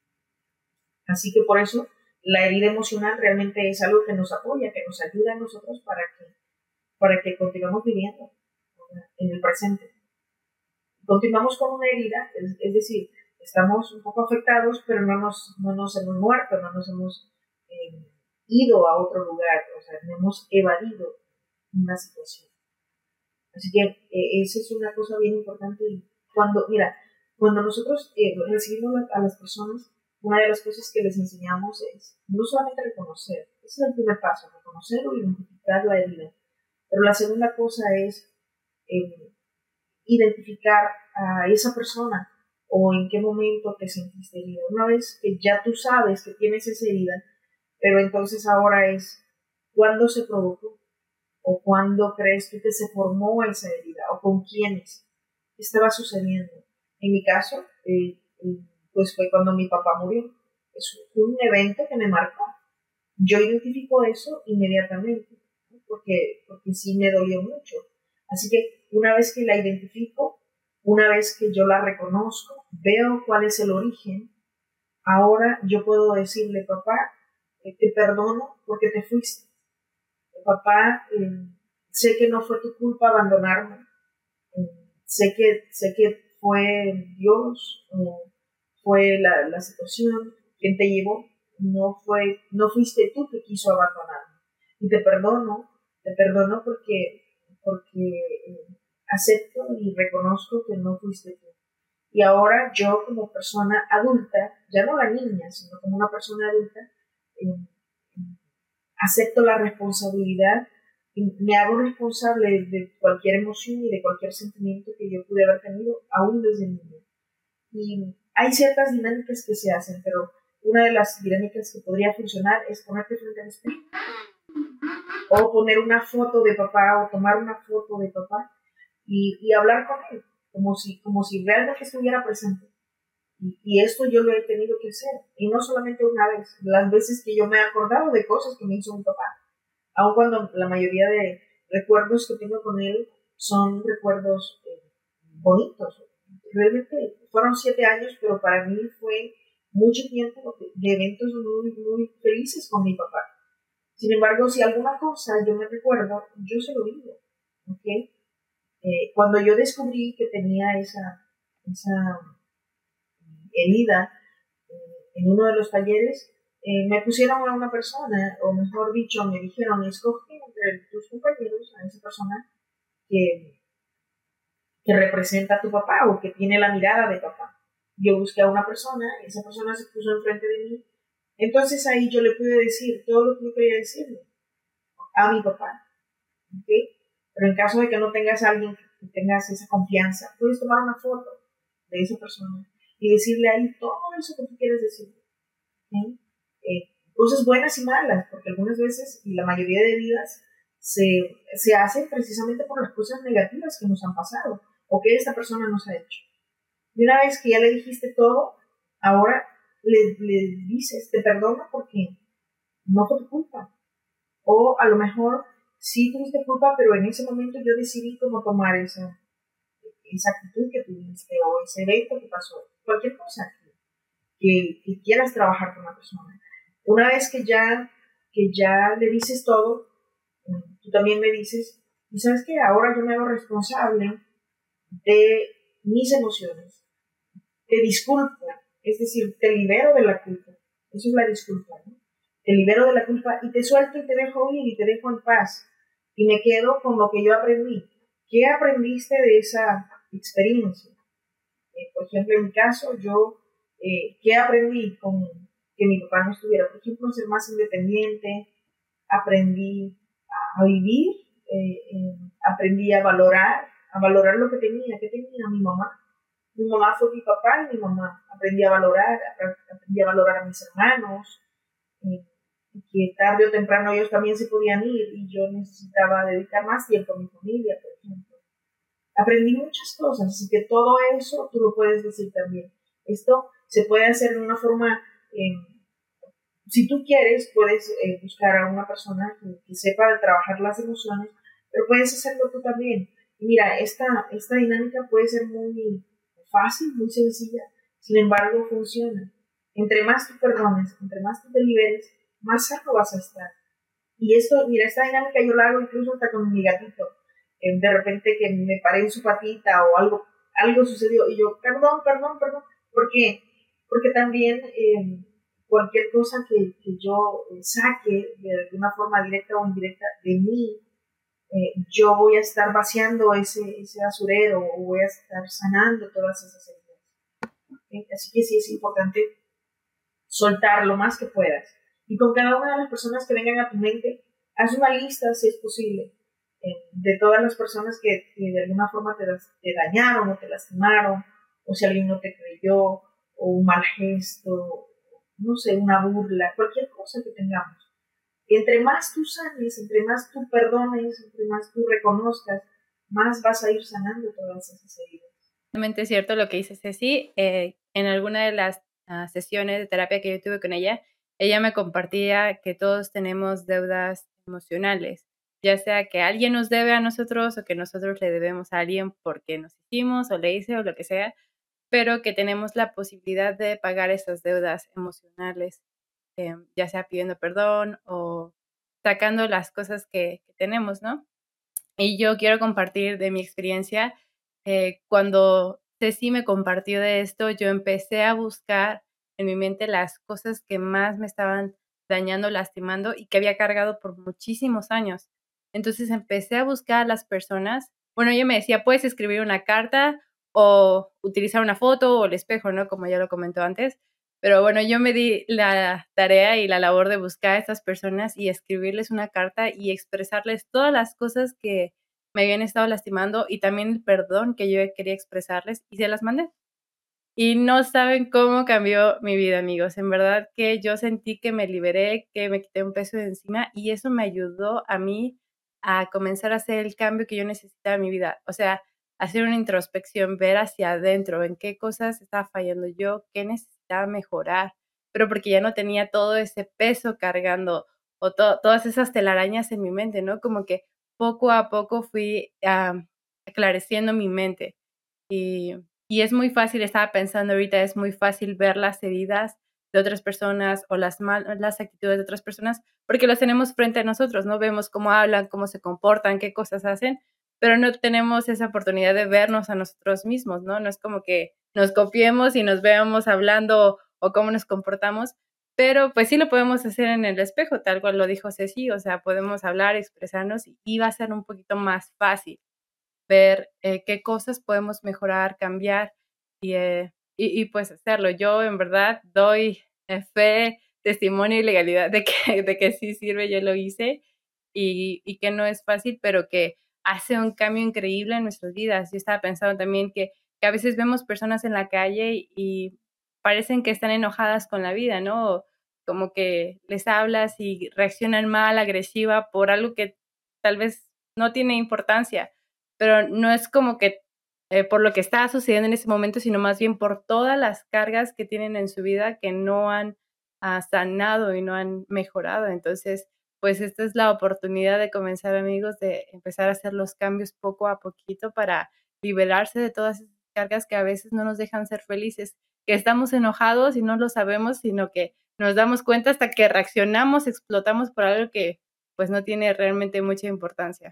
Así que por eso la herida emocional realmente es algo que nos apoya, que nos ayuda a nosotros para que continuemos viviendo en el presente. Continuamos con una herida, es decir, estamos un poco afectados, pero no nos hemos muerto, no nos hemos ido a otro lugar, o sea, no hemos evadido una situación. Así que esa es una cosa bien importante. Cuando nosotros recibimos a las personas, una de las cosas que les enseñamos es no solamente reconocer, ese es el primer paso, reconocer o identificar la herida, pero la segunda cosa es identificar a esa persona o en qué momento te sentiste herida. Una vez que ya tú sabes que tienes esa herida, pero entonces ahora es cuándo se provocó o cuándo crees tú que se formó esa herida o con quiénes estaba sucediendo. En mi caso, pues fue cuando mi papá murió. Es un evento que me marcó. Yo identifico eso inmediatamente, ¿no? porque sí me dolió mucho. Así que una vez que la identifico, una vez que yo la reconozco, veo cuál es el origen, ahora yo puedo decirle, papá, te perdono porque te fuiste. Papá, sé que no fue tu culpa abandonarme. Sé que fue Dios, fue la situación quien te llevó. No fuiste tú que quiso abandonarme. Y te perdono porque acepto y reconozco que no fuiste tú. Y ahora yo como persona adulta, ya no la niña, sino como una persona adulta, acepto la responsabilidad y me hago responsable de cualquier emoción y de cualquier sentimiento que yo pude haber tenido aún desde niño. Y hay ciertas dinámicas que se hacen, pero una de las dinámicas que podría funcionar es ponerte frente al espejo o poner una foto de papá o tomar una foto de papá y hablar con él como si realmente estuviera presente. Y esto yo lo he tenido que hacer, y no solamente una vez, las veces que yo me he acordado de cosas que me hizo mi papá, aun cuando la mayoría de recuerdos que tengo con él son recuerdos bonitos. Realmente fueron 7 años, pero para mí fue mucho tiempo de eventos muy, muy felices con mi papá. Sin embargo, si alguna cosa yo me recuerdo, yo se lo digo, ¿ok? Cuando yo descubrí que tenía esa herida en uno de los talleres, me pusieron a una persona, o mejor dicho, me dijeron, escoge entre tus compañeros a esa persona que, que representa a tu papá o que tiene la mirada de papá. Yo busqué a una persona, esa persona se puso enfrente de mí, entonces ahí yo le pude decir todo lo que yo quería decirle a mi papá, ¿ok? Pero en caso de que no tengas a alguien que tengas esa confianza, puedes tomar una foto de esa persona y decirle ahí todo eso que tú quieres decir. ¿Sí? Cosas buenas y malas, porque algunas veces, y la mayoría de vidas, se hacen precisamente por las cosas negativas que nos han pasado o que esta persona nos ha hecho. Y una vez que ya le dijiste todo, ahora le dices, te perdono porque no fue tu culpa. O a lo mejor sí tuviste culpa, pero en ese momento yo decidí cómo tomar esa actitud que tuviste o ese evento que pasó. Cualquier cosa que quieras trabajar con la persona. Una vez que ya le dices todo, tú también me dices, y sabes que ahora yo me hago responsable de mis emociones, te disculpo, es decir, te libero de la culpa, eso es la disculpa, ¿no? Te libero de la culpa y te suelto y te dejo ir y te dejo en paz y me quedo con lo que yo aprendí. ¿Qué aprendiste de esa experiencia? Por ejemplo, en mi caso, ¿qué aprendí con que mi papá no estuviera? Por ejemplo, ser más independiente, aprendí a vivir, aprendí a valorar lo que tenía mi mamá. Mi mamá fue mi papá y mi mamá. Aprendí a valorar a mis hermanos, que tarde o temprano ellos también se podían ir y yo necesitaba dedicar más tiempo a mi familia, por ejemplo. Aprendí muchas cosas, así que todo eso tú lo puedes decir también. Esto se puede hacer de una forma, si tú quieres, puedes buscar a una persona que sepa de trabajar las emociones, pero puedes hacerlo tú también. Y mira, esta dinámica puede ser muy fácil, muy sencilla, sin embargo funciona. Entre más tú perdones, entre más tú te liberes, más sano vas a estar. Y esto, mira, esta dinámica yo la hago incluso hasta con mi gatito. De repente que me paré en su patita o algo sucedió y yo, perdón, porque también cualquier cosa que yo saque de alguna forma directa o indirecta de mí, yo voy a estar vaciando ese basurero o voy a estar sanando todas esas heridas. ¿Okay? Así que sí es importante soltar lo más que puedas. Y con cada una de las personas que vengan a tu mente, haz una lista, si es posible, de todas las personas que de alguna forma te dañaron o te lastimaron, o si alguien no te creyó, o un mal gesto, no sé, una burla, cualquier cosa que tengamos. Y entre más tú sanes, entre más tú perdones, entre más tú reconozcas, más vas a ir sanando todas esas heridas. Realmente es cierto lo que dice Ceci. En alguna de las sesiones de terapia que yo tuve con ella me compartía que todos tenemos deudas emocionales, ya sea que alguien nos debe a nosotros o que nosotros le debemos a alguien porque nos hicimos o le hice o lo que sea, pero que tenemos la posibilidad de pagar esas deudas emocionales, ya sea pidiendo perdón o sacando las cosas que tenemos, ¿no? Y yo quiero compartir de mi experiencia. Cuando Ceci me compartió de esto, yo empecé a buscar en mi mente las cosas que más me estaban dañando, lastimando y que había cargado por muchísimos años. Entonces empecé a buscar a las personas bueno, ella me decía, puedes escribir una carta o utilizar una foto o el espejo, ¿no? Como ya lo comentó antes. Pero bueno, yo me di la tarea y la labor de buscar a estas personas y escribirles una carta y expresarles todas las cosas que me habían estado lastimando y también el perdón que yo quería expresarles y se las mandé. Y no saben cómo cambió mi vida, amigos. En verdad que yo sentí que me liberé, que me quité un peso de encima y eso me ayudó a mí a comenzar a hacer el cambio que yo necesitaba en mi vida. O sea, hacer una introspección, ver hacia adentro, en qué cosas estaba fallando yo, qué necesitaba mejorar, pero porque ya no tenía todo ese peso cargando o todas esas telarañas en mi mente, ¿no? Como que poco a poco fui aclareciendo mi mente. Y, y es muy fácil, estaba pensando ahorita, es muy fácil ver las heridas de otras personas o las malas actitudes de otras personas porque las tenemos frente a nosotros, ¿no? Vemos cómo hablan, cómo se comportan, qué cosas hacen, pero no tenemos esa oportunidad de vernos a nosotros mismos, ¿no? No es como que nos copiemos y nos veamos hablando o cómo nos comportamos, pero pues sí lo podemos hacer en el espejo, tal cual lo dijo Ceci, o sea, podemos hablar, expresarnos y va a ser un poquito más fácil ver qué cosas podemos mejorar, cambiar y pues hacerlo. Yo en verdad doy fe, testimonio y legalidad de que sí sirve, yo lo hice y que no es fácil, pero que hace un cambio increíble en nuestras vidas. Yo estaba pensando también que a veces vemos personas en la calle y parecen que están enojadas con la vida, ¿no? Como que les hablas y reaccionan mal, agresiva por algo que tal vez no tiene importancia, pero no es como que por lo que está sucediendo en ese momento, sino más bien por todas las cargas que tienen en su vida que no han sanado y no han mejorado. Entonces, pues esta es la oportunidad de comenzar, amigos, de empezar a hacer los cambios poco a poquito para liberarse de todas esas cargas que a veces no nos dejan ser felices, que estamos enojados y no lo sabemos, sino que nos damos cuenta hasta que reaccionamos, explotamos por algo que pues no tiene realmente mucha importancia.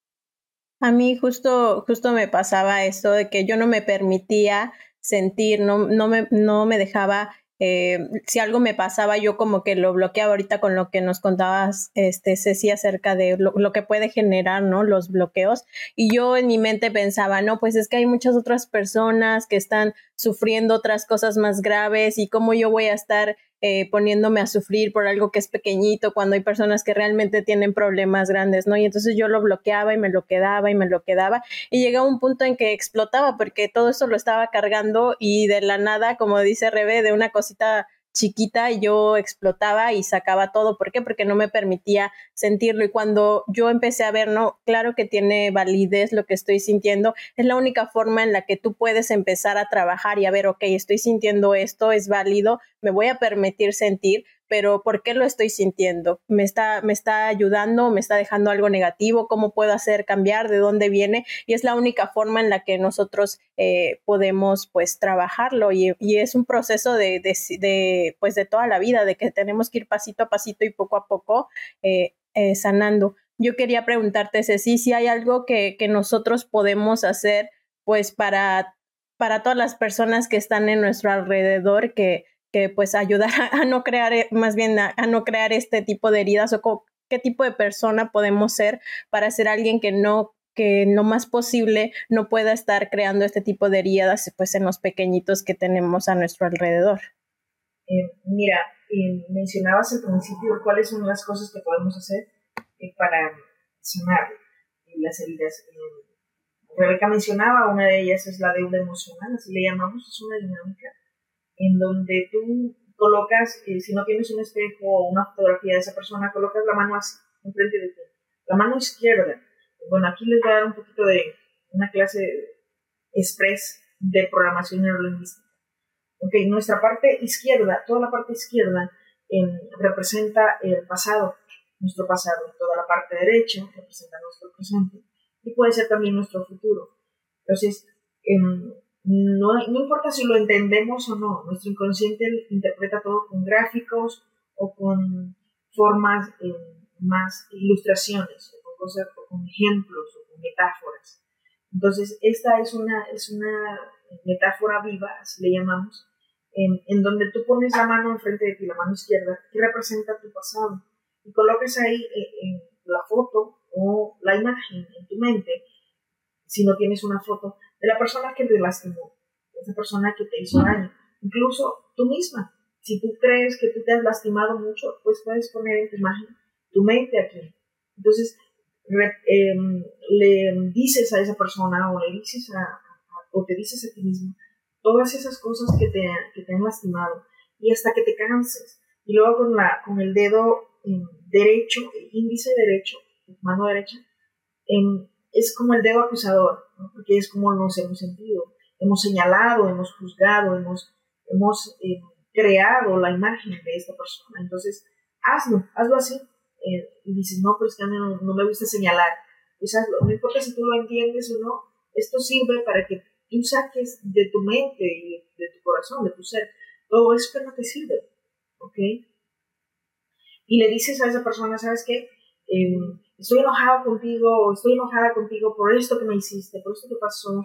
A mí justo me pasaba esto de que yo no me permitía sentir, no me dejaba, si algo me pasaba, yo como que lo bloqueaba ahorita con lo que nos contabas, Ceci, acerca de lo que puede generar, ¿no? Los bloqueos. Y yo en mi mente pensaba, no, pues es que hay muchas otras personas que están sufriendo otras cosas más graves y cómo yo voy a estar poniéndome a sufrir por algo que es pequeñito cuando hay personas que realmente tienen problemas grandes, ¿no? Y entonces yo lo bloqueaba y me lo quedaba y me lo quedaba y llegaba un punto en que explotaba porque todo eso lo estaba cargando y de la nada, como dice Rebe, de una cosita chiquita yo explotaba y sacaba todo. ¿Por qué? Porque no me permitía sentirlo. Y cuando yo empecé a ver, no, claro que tiene validez lo que estoy sintiendo, es la única forma en la que tú puedes empezar a trabajar y a ver, ok, estoy sintiendo esto, es válido, me voy a permitir sentir, pero ¿por qué lo estoy sintiendo? ¿Me está ayudando? ¿Me está dejando algo negativo? ¿Cómo puedo hacer cambiar? ¿De dónde viene? Y es la única forma en la que nosotros podemos pues trabajarlo y es un proceso pues de toda la vida, de que tenemos que ir pasito a pasito y poco a poco sanando. Yo quería preguntarte, Ceci, si hay algo que nosotros podemos hacer pues para todas las personas que están en nuestro alrededor que pues ayudar a no crear, más bien a no crear este tipo de heridas o qué tipo de persona podemos ser para ser alguien que lo más posible no pueda estar creando este tipo de heridas pues en los pequeñitos que tenemos a nuestro alrededor. Mira, mencionabas al principio cuáles son las cosas que podemos hacer para sanar las heridas. Rebeca mencionaba, una de ellas es la deuda emocional, así le llamamos, es una dinámica en donde tú colocas, si no tienes un espejo o una fotografía de esa persona, colocas la mano así, enfrente de ti. La mano izquierda, bueno, aquí les voy a dar un poquito de una clase express de programación neurolingüística. Ok, nuestra parte izquierda, toda la parte izquierda representa el pasado, nuestro pasado. Toda la parte derecha representa nuestro presente y puede ser también nuestro futuro. Entonces, no importa si lo entendemos o no, nuestro inconsciente interpreta todo con gráficos o con formas, más ilustraciones, o con cosas, o con ejemplos, o con metáforas. Entonces, esta es una metáfora viva, así le llamamos, en donde tú pones la mano enfrente de ti, la mano izquierda, que representa tu pasado, y colocas ahí la foto o la imagen en tu mente. si no tienes una foto de la persona que te lastimó, de esa persona que te hizo daño, incluso tú misma. Si tú crees que tú te has lastimado mucho, pues puedes poner en tu imagen tu mente aquí. Entonces, le dices a esa persona o le dices o te dices a ti mismo todas esas cosas que te han lastimado y hasta que te canses. Y luego con el dedo derecho, el índice derecho, mano derecha, es como el dedo acusador, ¿no? Porque es como nos hemos sentido. Hemos señalado, hemos juzgado, hemos creado la imagen de esta persona. Entonces, hazlo así. Y dices, no, pero es que a mí no me gusta señalar. Pues hazlo. No importa si tú lo entiendes o no, esto sirve para que tú saques de tu mente y de tu corazón, de tu ser, todo eso que no te sirve, ¿ok? Y le dices a esa persona, ¿sabes qué? Estoy enojado contigo, o estoy enojada contigo por esto que me hiciste, por esto que pasó,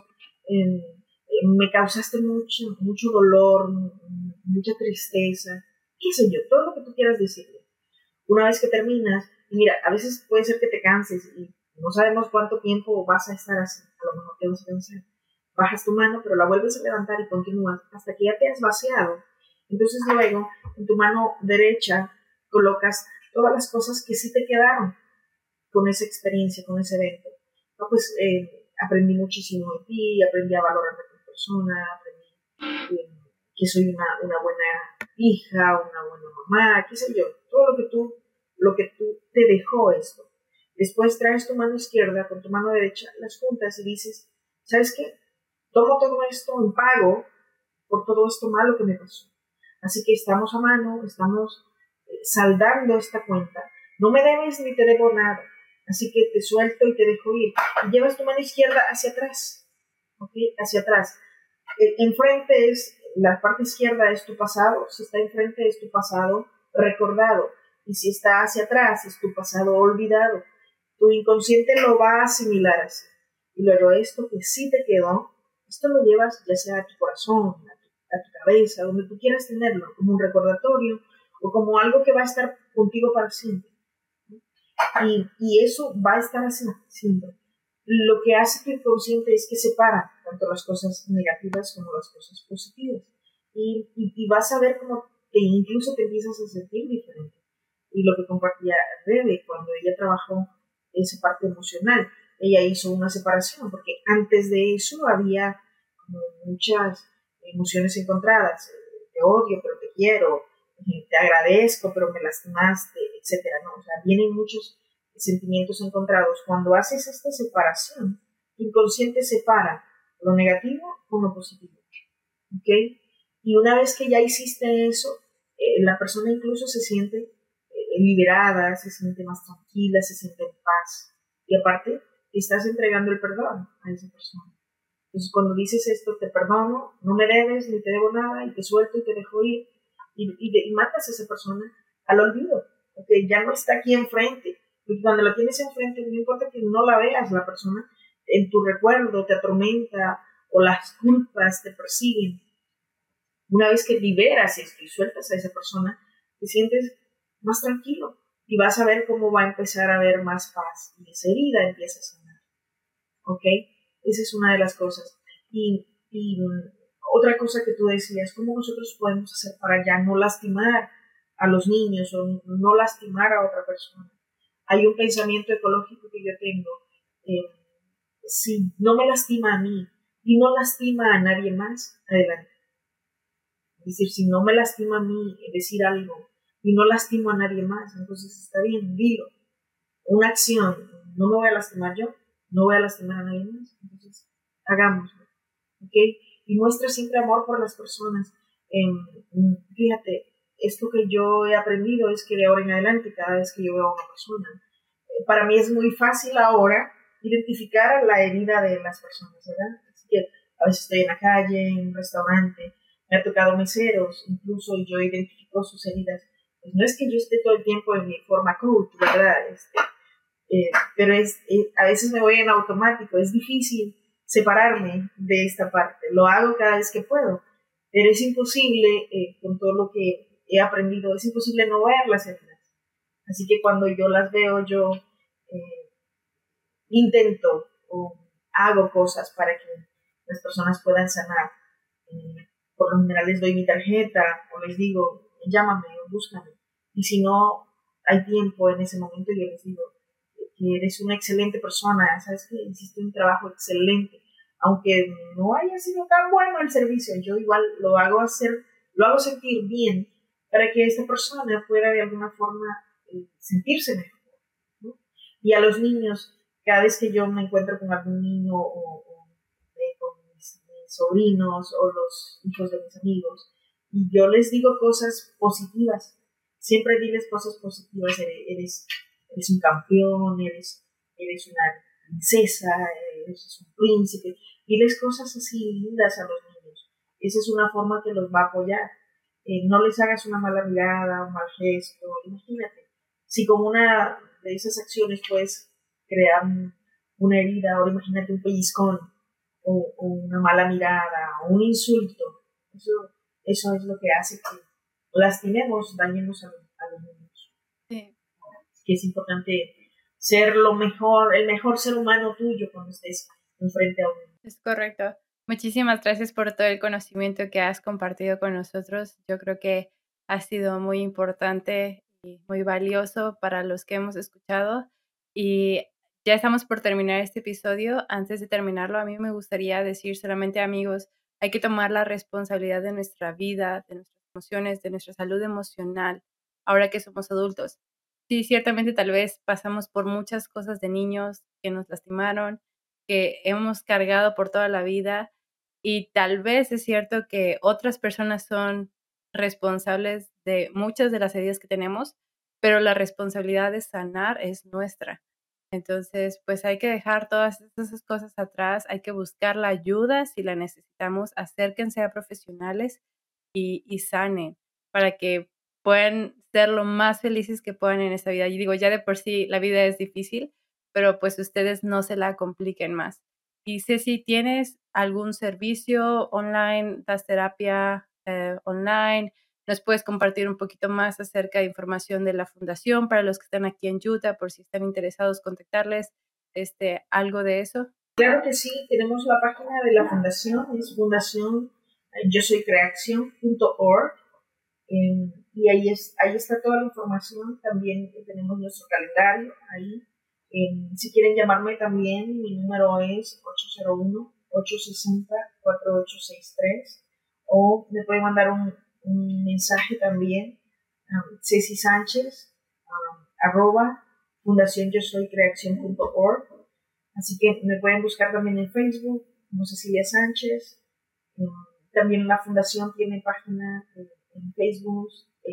me causaste mucho dolor, mucha tristeza, qué sé yo, todo lo que tú quieras decirle. Una vez que terminas, y mira, a veces puede ser que te canses y no sabemos cuánto tiempo vas a estar así, a lo mejor te vas a cansar. Bajas tu mano, pero la vuelves a levantar y continúas hasta que ya te has vaciado. Entonces luego, en tu mano derecha, colocas todas las cosas que sí te quedaron con esa experiencia, con ese evento. No, pues aprendí muchísimo de ti, aprendí a valorarme como persona, aprendí que soy una buena hija, una buena mamá, qué sé yo, todo lo que tú te dejó esto. Después traes tu mano izquierda con tu mano derecha, las juntas y dices, ¿sabes qué? Tomo todo esto en pago por todo esto malo que me pasó. Así que estamos a mano, estamos saldando esta cuenta. No me debes ni te debo nada. Así que te suelto y te dejo ir. Y llevas tu mano izquierda hacia atrás. ¿Ok? Hacia atrás. Enfrente la parte izquierda es tu pasado. Si está enfrente es tu pasado recordado. Y si está hacia atrás es tu pasado olvidado. Tu inconsciente lo va a asimilar así. Y luego esto que sí te quedó, esto lo llevas ya sea a tu corazón, a tu cabeza, donde tú quieras tenerlo, como un recordatorio o como algo que va a estar contigo para siempre. Y eso va a estar así siempre. Lo que hace que el consciente es que separa tanto las cosas negativas como las cosas positivas. Y vas a ver cómo incluso te empiezas a sentir diferente. Y lo que compartía Rebe cuando ella trabajó esa parte emocional, ella hizo una separación, porque antes de eso había como muchas emociones encontradas. Te odio, pero te quiero, te agradezco, pero me lastimaste, etcétera, ¿no? O sea, vienen muchos sentimientos encontrados. Cuando haces esta separación, tu inconsciente separa lo negativo con lo positivo, ¿ok? Y una vez que ya hiciste eso, la persona incluso se siente liberada, se siente más tranquila, se siente en paz. Y aparte, estás entregando el perdón a esa persona. Entonces, cuando dices esto, te perdono, no me debes ni te debo nada, y te suelto y te dejo ir, y matas a esa persona al olvido, porque ya no está aquí enfrente. Y cuando la tienes enfrente, no importa que no la veas, la persona en tu recuerdo te atormenta o las culpas te persiguen. Una vez que liberas esto y sueltas a esa persona, te sientes más tranquilo y vas a ver cómo va a empezar a haber más paz y esa herida empieza a sanar. ¿Ok? Esa es una de las cosas. Y otra cosa que tú decías, ¿cómo nosotros podemos hacer para ya no lastimar a los niños o no lastimar a otra persona? Hay un pensamiento ecológico que yo tengo. Si no me lastima a mí y no lastima a nadie más, adelante. Es decir, si no me lastima a mí decir algo y no lastimo a nadie más, entonces está bien, dilo. Una acción, no me voy a lastimar yo, no voy a lastimar a nadie más, entonces hagámoslo, ¿ok? Y muestra siempre amor por las personas. Fíjate, esto que yo he aprendido es que de ahora en adelante, cada vez que yo veo a una persona, para mí es muy fácil ahora identificar la herida de las personas, ¿verdad? Así que a veces estoy en la calle, en un restaurante, me ha tocado meseros, incluso, y yo identifico sus heridas. Pues no es que yo esté todo el tiempo en mi forma coach, ¿verdad? Pero a veces me voy en automático, es difícil separarme de esta parte, lo hago cada vez que puedo, pero es imposible, con todo lo que he aprendido, es imposible no ver las heridas. Así que cuando yo las veo, yo intento hago cosas para que las personas puedan sanar. Por lo general les doy mi tarjeta o les digo, llámame o búscame. Y si no hay tiempo en ese momento, yo les digo que eres una excelente persona, sabes que hiciste un trabajo excelente. Aunque no haya sido tan bueno el servicio, yo igual lo hago sentir bien para que esta persona pueda de alguna forma sentirse mejor, ¿no? Y a los niños, cada vez que yo me encuentro con algún niño o con mis sobrinos o los hijos de mis amigos, y yo les digo cosas positivas, siempre diles cosas positivas, eres un campeón, eres una princesa, eres un príncipe, diles cosas así lindas a los niños. Esa es una forma que los va a apoyar. No les hagas una mala mirada, un mal gesto. Imagínate, si con una de esas acciones puedes crear una herida, ahora imagínate un pellizcón o una mala mirada o un insulto. Eso es lo que hace que lastimemos, dañemos a los niños. Sí. Que es importante ser el mejor ser humano tuyo cuando estés enfrente a un niño. Es correcto. Muchísimas gracias por todo el conocimiento que has compartido con nosotros. Yo creo que ha sido muy importante y muy valioso para los que hemos escuchado. Y ya estamos por terminar este episodio. Antes de terminarlo, a mí me gustaría decir solamente, amigos, hay que tomar la responsabilidad de nuestra vida, de nuestras emociones, de nuestra salud emocional, ahora que somos adultos. Sí, ciertamente tal vez pasamos por muchas cosas de niños que nos lastimaron, que hemos cargado por toda la vida, y tal vez es cierto que otras personas son responsables de muchas de las heridas que tenemos, pero la responsabilidad de sanar es nuestra. Entonces, pues hay que dejar todas esas cosas atrás, hay que buscar la ayuda si la necesitamos, acérquense a profesionales y sanen para que puedan ser lo más felices que puedan en esta vida. Y digo, ya de por sí la vida es difícil, pero pues ustedes no se la compliquen más. Y Ceci, ¿tienes algún servicio online? ¿Das terapia online? ¿Nos puedes compartir un poquito más acerca de información de la fundación para los que están aquí en Utah, por si están interesados contactarles, algo de eso? Claro que sí, tenemos la página de la fundación, es fundación yo soy creación.org, y ahí está toda la información. También tenemos nuestro calendario ahí. Si quieren llamarme también, mi número es 801-860-4863, o me pueden mandar un mensaje también, Ceci Sánchez, @fundacionyosoycreación.org. Así que me pueden buscar también en Facebook como Cecilia Sánchez. También la fundación tiene página en Facebook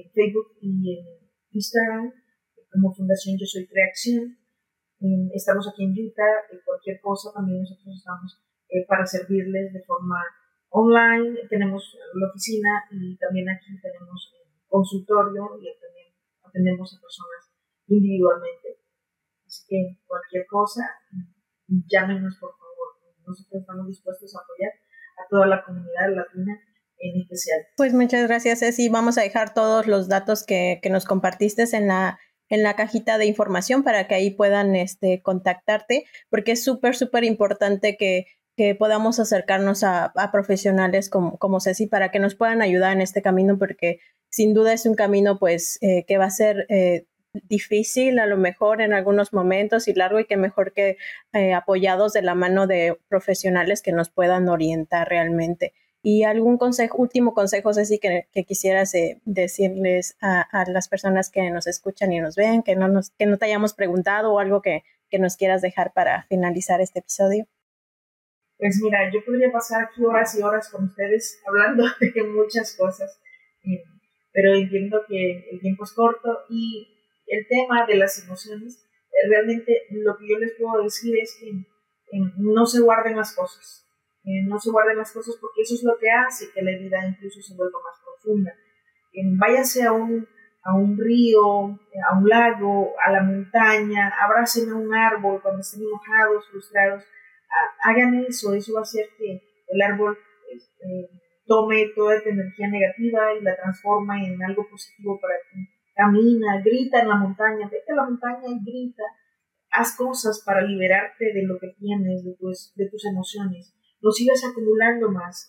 y en Instagram como Fundación Yo Soy Creación. Estamos aquí en Utah. Cualquier cosa también nosotros estamos para servirles de forma online. Tenemos la oficina y también aquí tenemos consultorio y también atendemos a personas individualmente. Así que cualquier cosa, llámenos por favor. Nosotros estamos dispuestos a apoyar a toda la comunidad latina en especial. Pues muchas gracias, Ceci. Vamos a dejar todos los datos que nos compartiste en la cajita de información para que ahí puedan contactarte, porque es súper importante que podamos acercarnos a profesionales como Ceci para que nos puedan ayudar en este camino, porque sin duda es un camino pues que va a ser difícil a lo mejor en algunos momentos y largo, y que mejor que apoyados de la mano de profesionales que nos puedan orientar realmente. ¿Y algún último consejo, Ceci, que quisieras decirles a las personas que nos escuchan y nos ven, que no te hayamos preguntado, o algo que nos quieras dejar para finalizar este episodio? Pues mira, yo podría pasar aquí horas y horas con ustedes hablando de muchas cosas, pero entiendo que el tiempo es corto y el tema de las emociones, realmente lo que yo les puedo decir es que no se guarden las cosas. No se guarden las cosas, porque eso es lo que hace que la herida incluso se vuelva más profunda. Váyanse a un río, a un lago, a la montaña, abracen a un árbol cuando estén enojados, frustrados. Hagan eso va a hacer que el árbol tome toda esta energía negativa y la transforma en algo positivo para ti. Camina, grita en la montaña, vete a la montaña y grita, haz cosas para liberarte de lo que tienes, de tus emociones. No sigas acumulando más.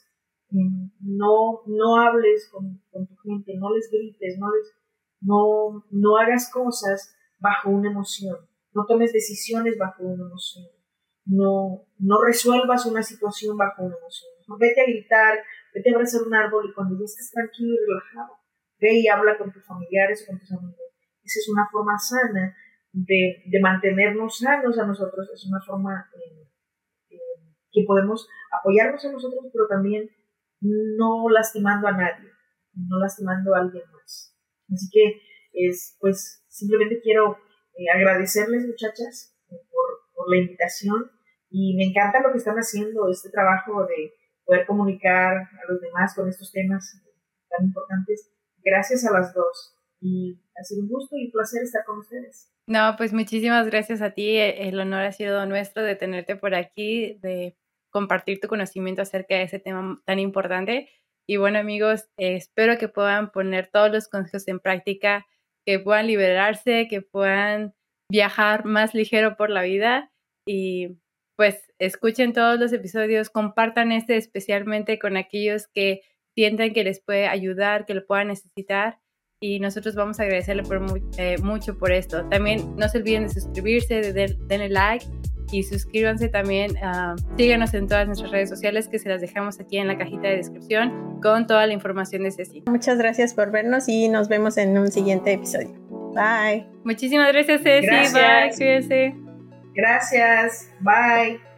No hables con tu gente, no les grites, no hagas cosas bajo una emoción, no tomes decisiones bajo una emoción, no resuelvas una situación bajo una emoción. No, vete a gritar, vete a abrazar un árbol y cuando ya estés tranquilo y relajado, ve y habla con tus familiares o con tus amigos. Esa es una forma sana de mantenernos sanos a nosotros, es una forma que podemos apoyarnos a nosotros, pero también no lastimando a nadie, no lastimando a alguien más. Así que, pues, simplemente quiero agradecerles, muchachas, por la invitación, y me encanta lo que están haciendo, este trabajo de poder comunicar a los demás con estos temas tan importantes. Gracias a las dos, y ha sido un gusto y un placer estar con ustedes. No, pues muchísimas gracias a ti, el honor ha sido nuestro de tenerte por aquí, de compartir tu conocimiento acerca de ese tema tan importante. Y bueno, amigos, espero que puedan poner todos los consejos en práctica, que puedan liberarse, que puedan viajar más ligero por la vida y pues escuchen todos los episodios, compartan este especialmente con aquellos que sientan que les puede ayudar, que lo puedan necesitar. Y nosotros vamos a agradecerle mucho por esto. También no se olviden de suscribirse, denle like y suscríbanse también. Síganos en todas nuestras redes sociales que se las dejamos aquí en la cajita de descripción con toda la información de Ceci. Muchas gracias por vernos y nos vemos en un siguiente episodio. Bye. Muchísimas gracias, Ceci. Gracias. Bye. Cuídense. Gracias. Bye.